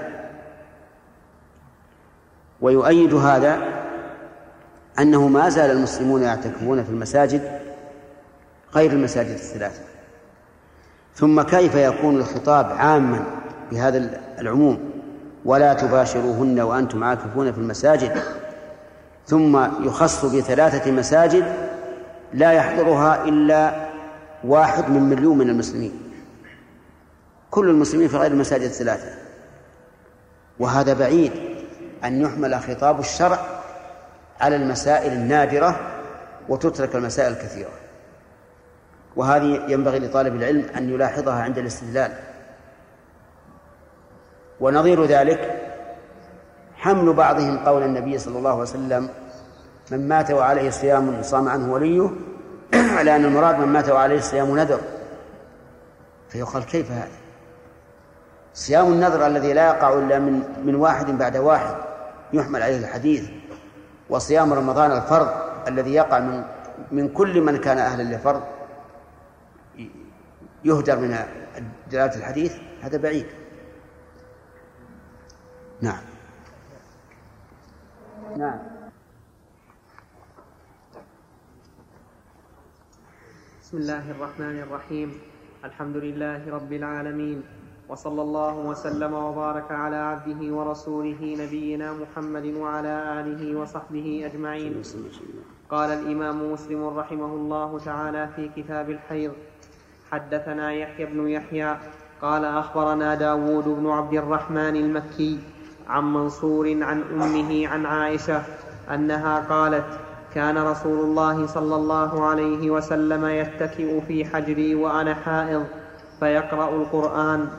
ويؤيد هذا أنه ما زال المسلمون يعتكفون في المساجد غير المساجد الثلاثة. ثم كيف يكون الخطاب عاما بهذا العموم ولا تباشروهن وأنتم عاكفون في المساجد، ثم يخص ب3 مساجد لا يحضرها إلا 1 من مليون من المسلمين، كل المسلمين في غير المساجد الثلاثة. وهذا بعيد أن يحمل خطاب الشرع على المسائل النادرة وتترك المسائل الكثيرة. وهذه ينبغي لطالب العلم أن يلاحظها عند الاستدلال. ونظير ذلك حمل بعضهم قول النبي صلى الله عليه وسلم: من مات وعليه صيام صام عنه وليه، على أن المراد من مات وعليه صيام نذر. فيقال: كيف هذا؟ صيام النذر الذي لا يقع إلا من واحد بعد واحد يحمل عليه الحديث، وصيام رمضان الفرض الذي يقع من كل من كان أهلا للفرض يهدر من دلالة الحديث، هذا بعيد. نعم. بسم الله الرحمن الرحيم. الحمد لله رب العالمين، وصلى الله وسلم وبارك على عبده ورسوله نبينا محمد وعلى آله وصحبه أجمعين. قال الإمام مسلم رحمه الله تعالى في كتاب الحيض: حدثنا يحيى بن يحيى قال أخبرنا داود بن عبد الرحمن المكي عن منصور عن أمه عن عائشة أنها قالت: كان رسول الله صلى الله عليه وسلم يتكئ في حجري وأنا حائض فيقرأ القرآن.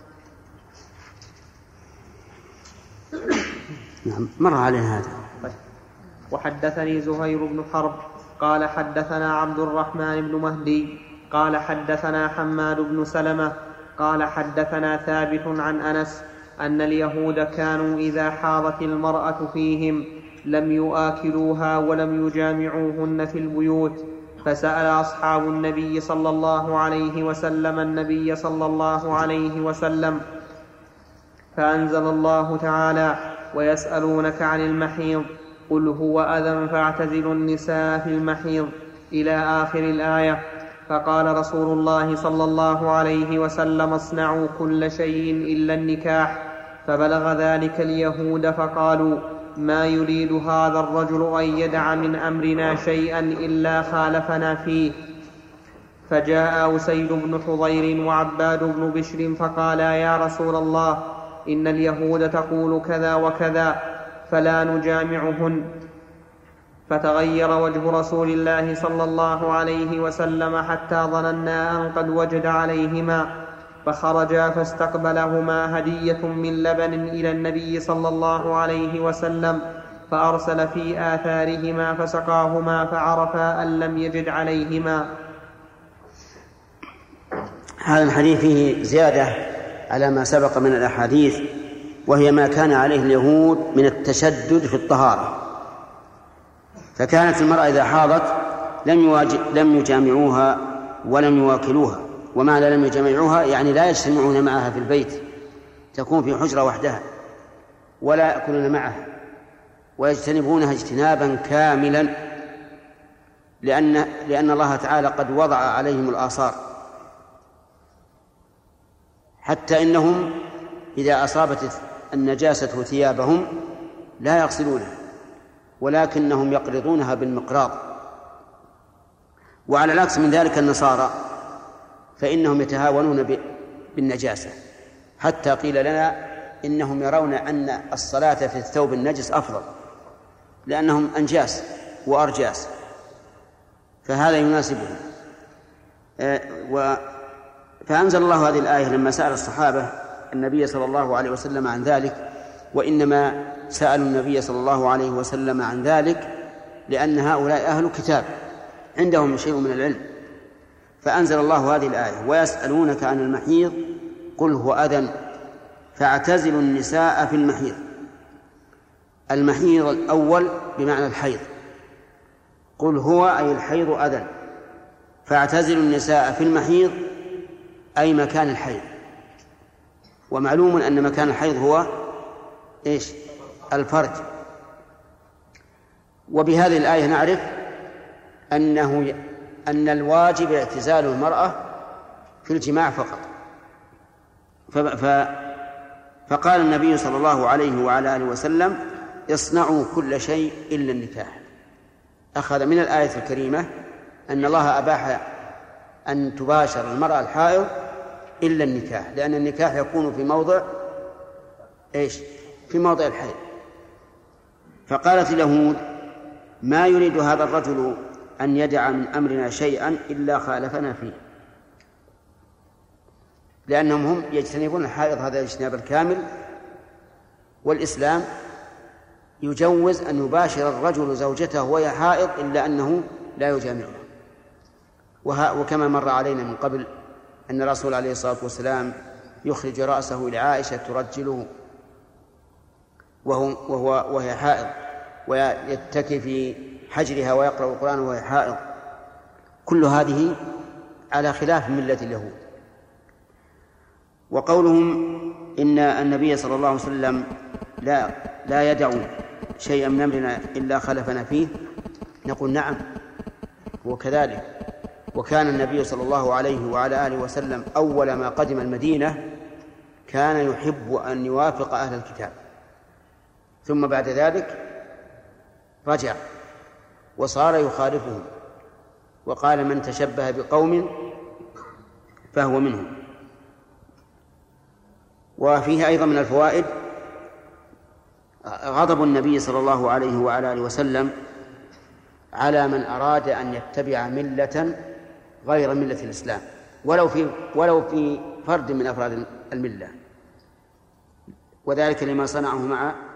نعم، مر علينا هذا. وحدثني زهير بن حرب قال حدثنا عبد الرحمن بن مهدي قال حدثنا حماد بن سلمة قال حدثنا ثابت عن أنس أن اليهود كانوا إذا حاضت المرأة فيهم لم يؤاكلوها ولم يجامعوهن في البيوت، فسأل أصحاب النبي صلى الله عليه وسلم النبي صلى الله عليه وسلم فأنزل الله تعالى: ويسألونك عن المحيض قل هو أذى فاعتزلوا النساء في المحيض إلى آخر الآية. فقال رسول الله صلى الله عليه وسلم: اصنعوا كل شيء إلا النكاح. فبلغ ذلك اليهود فقالوا: ما يريد هذا الرجل أن يدع من أمرنا شيئا إلا خالفنا فيه. فجاء أسيد بن حضير وعباد بن بشر فقالا: يا رسول الله، إن اليهود تقول كذا وكذا فلا نجامعهن. فتغير وجه رسول الله صلى الله عليه وسلم حتى ظننا أن قد وجد عليهما، فخرجا فاستقبلهما هدية من لبن إلى النبي صلى الله عليه وسلم، فأرسل في آثارهما فسقاهما فعرفا أن لم يجد عليهما. هذا الحديث فيه زيادة على ما سبق من الأحاديث، وهي ما كان عليه اليهود من التشدد في الطهارة. فكانت المرأة إذا حاضت لم يجامعوها ولم يواكلوها. ومعنى لم يجامعوها يعني لا يجتمعون معها في البيت، تكون في حجرة وحدها ولا يأكلون معها، ويجتنبونها اجتنابا كاملا، لأن الله تعالى قد وضع عليهم الآثار، حتى إنهم إذا أصابت النجاسة ثيابهم لا يغسلونها، ولكنهم يقرضونها بالمقراض. وعلى العكس من ذلك النصارى فإنهم يتهاونون بالنجاسة، حتى قيل لنا إنهم يرون أن الصلاة في الثوب النجس أفضل، لأنهم أنجاس وأرجاس، فهذا يناسبهم. فأنزل الله هذه الآية لما سأل الصحابة النبي صلى الله عليه وسلم عن ذلك، وإنما سألوا النبي صلى الله عليه وسلم عن ذلك لأن هؤلاء أهل كتاب عندهم شيء من العلم. فأنزل الله هذه الآية: ويسألونك عن المحيض قل هو أذى فاعتزلوا النساء في المحيض. المحيض الأول بمعنى الحيض، قل هو أي الحيض أذى، فاعتزلوا النساء في المحيض أي مكان الحيض. ومعلوم أن مكان الحيض هو إيش؟ الفرج. وبهذه الآية نعرف أن الواجب اعتزال المرأة في الجماع فقط. فقال النبي صلى الله عليه وعلى آله وسلم: اصنعوا كل شيء إلا النكاح. أخذ من الآية الكريمة أن الله أباح أن تباشر المرأة الحائض إلا النكاح، لأن النكاح يكون في موضع إيش؟ في موضع الحيض. فقالت اليهود: ما يريد هذا الرجل أن يدع من أمرنا شيئا إلا خالفنا فيه، لأنهم هم يجتنبون الحائض هذا الاجتناب الكامل، والإسلام يجوز أن يباشر الرجل زوجته وهي حائض إلا أنه لا يجامعها. وكما مر علينا من قبل أن الرسول عليه الصلاة والسلام يخرج رأسه إلى عائشة ترجله وهي حائض، ويتكي في حجرها ويقرأ القرآن وهي حائض. كل هذه على خلاف ملة اليهود. وقولهم إن النبي صلى الله عليه وسلم لا يدع شيئا من أمرنا إلا خلفنا فيه، نقول نعم هو كذلك. وكان النبي صلى الله عليه وعلى آله وسلم أول ما قدم المدينة كان يحب أن يوافق أهل الكتاب، ثم بعد ذلك رجع وصار يخالفهم، وقال من تشبه بقوم فهو منهم. وفيه أيضا من الفوائد غضب النبي صلى الله عليه وعلى آله وسلم على من أراد أن يتبع ملة غير ملة الإسلام ولو في فرد من أفراد الملة، وذلك لما صنعه مع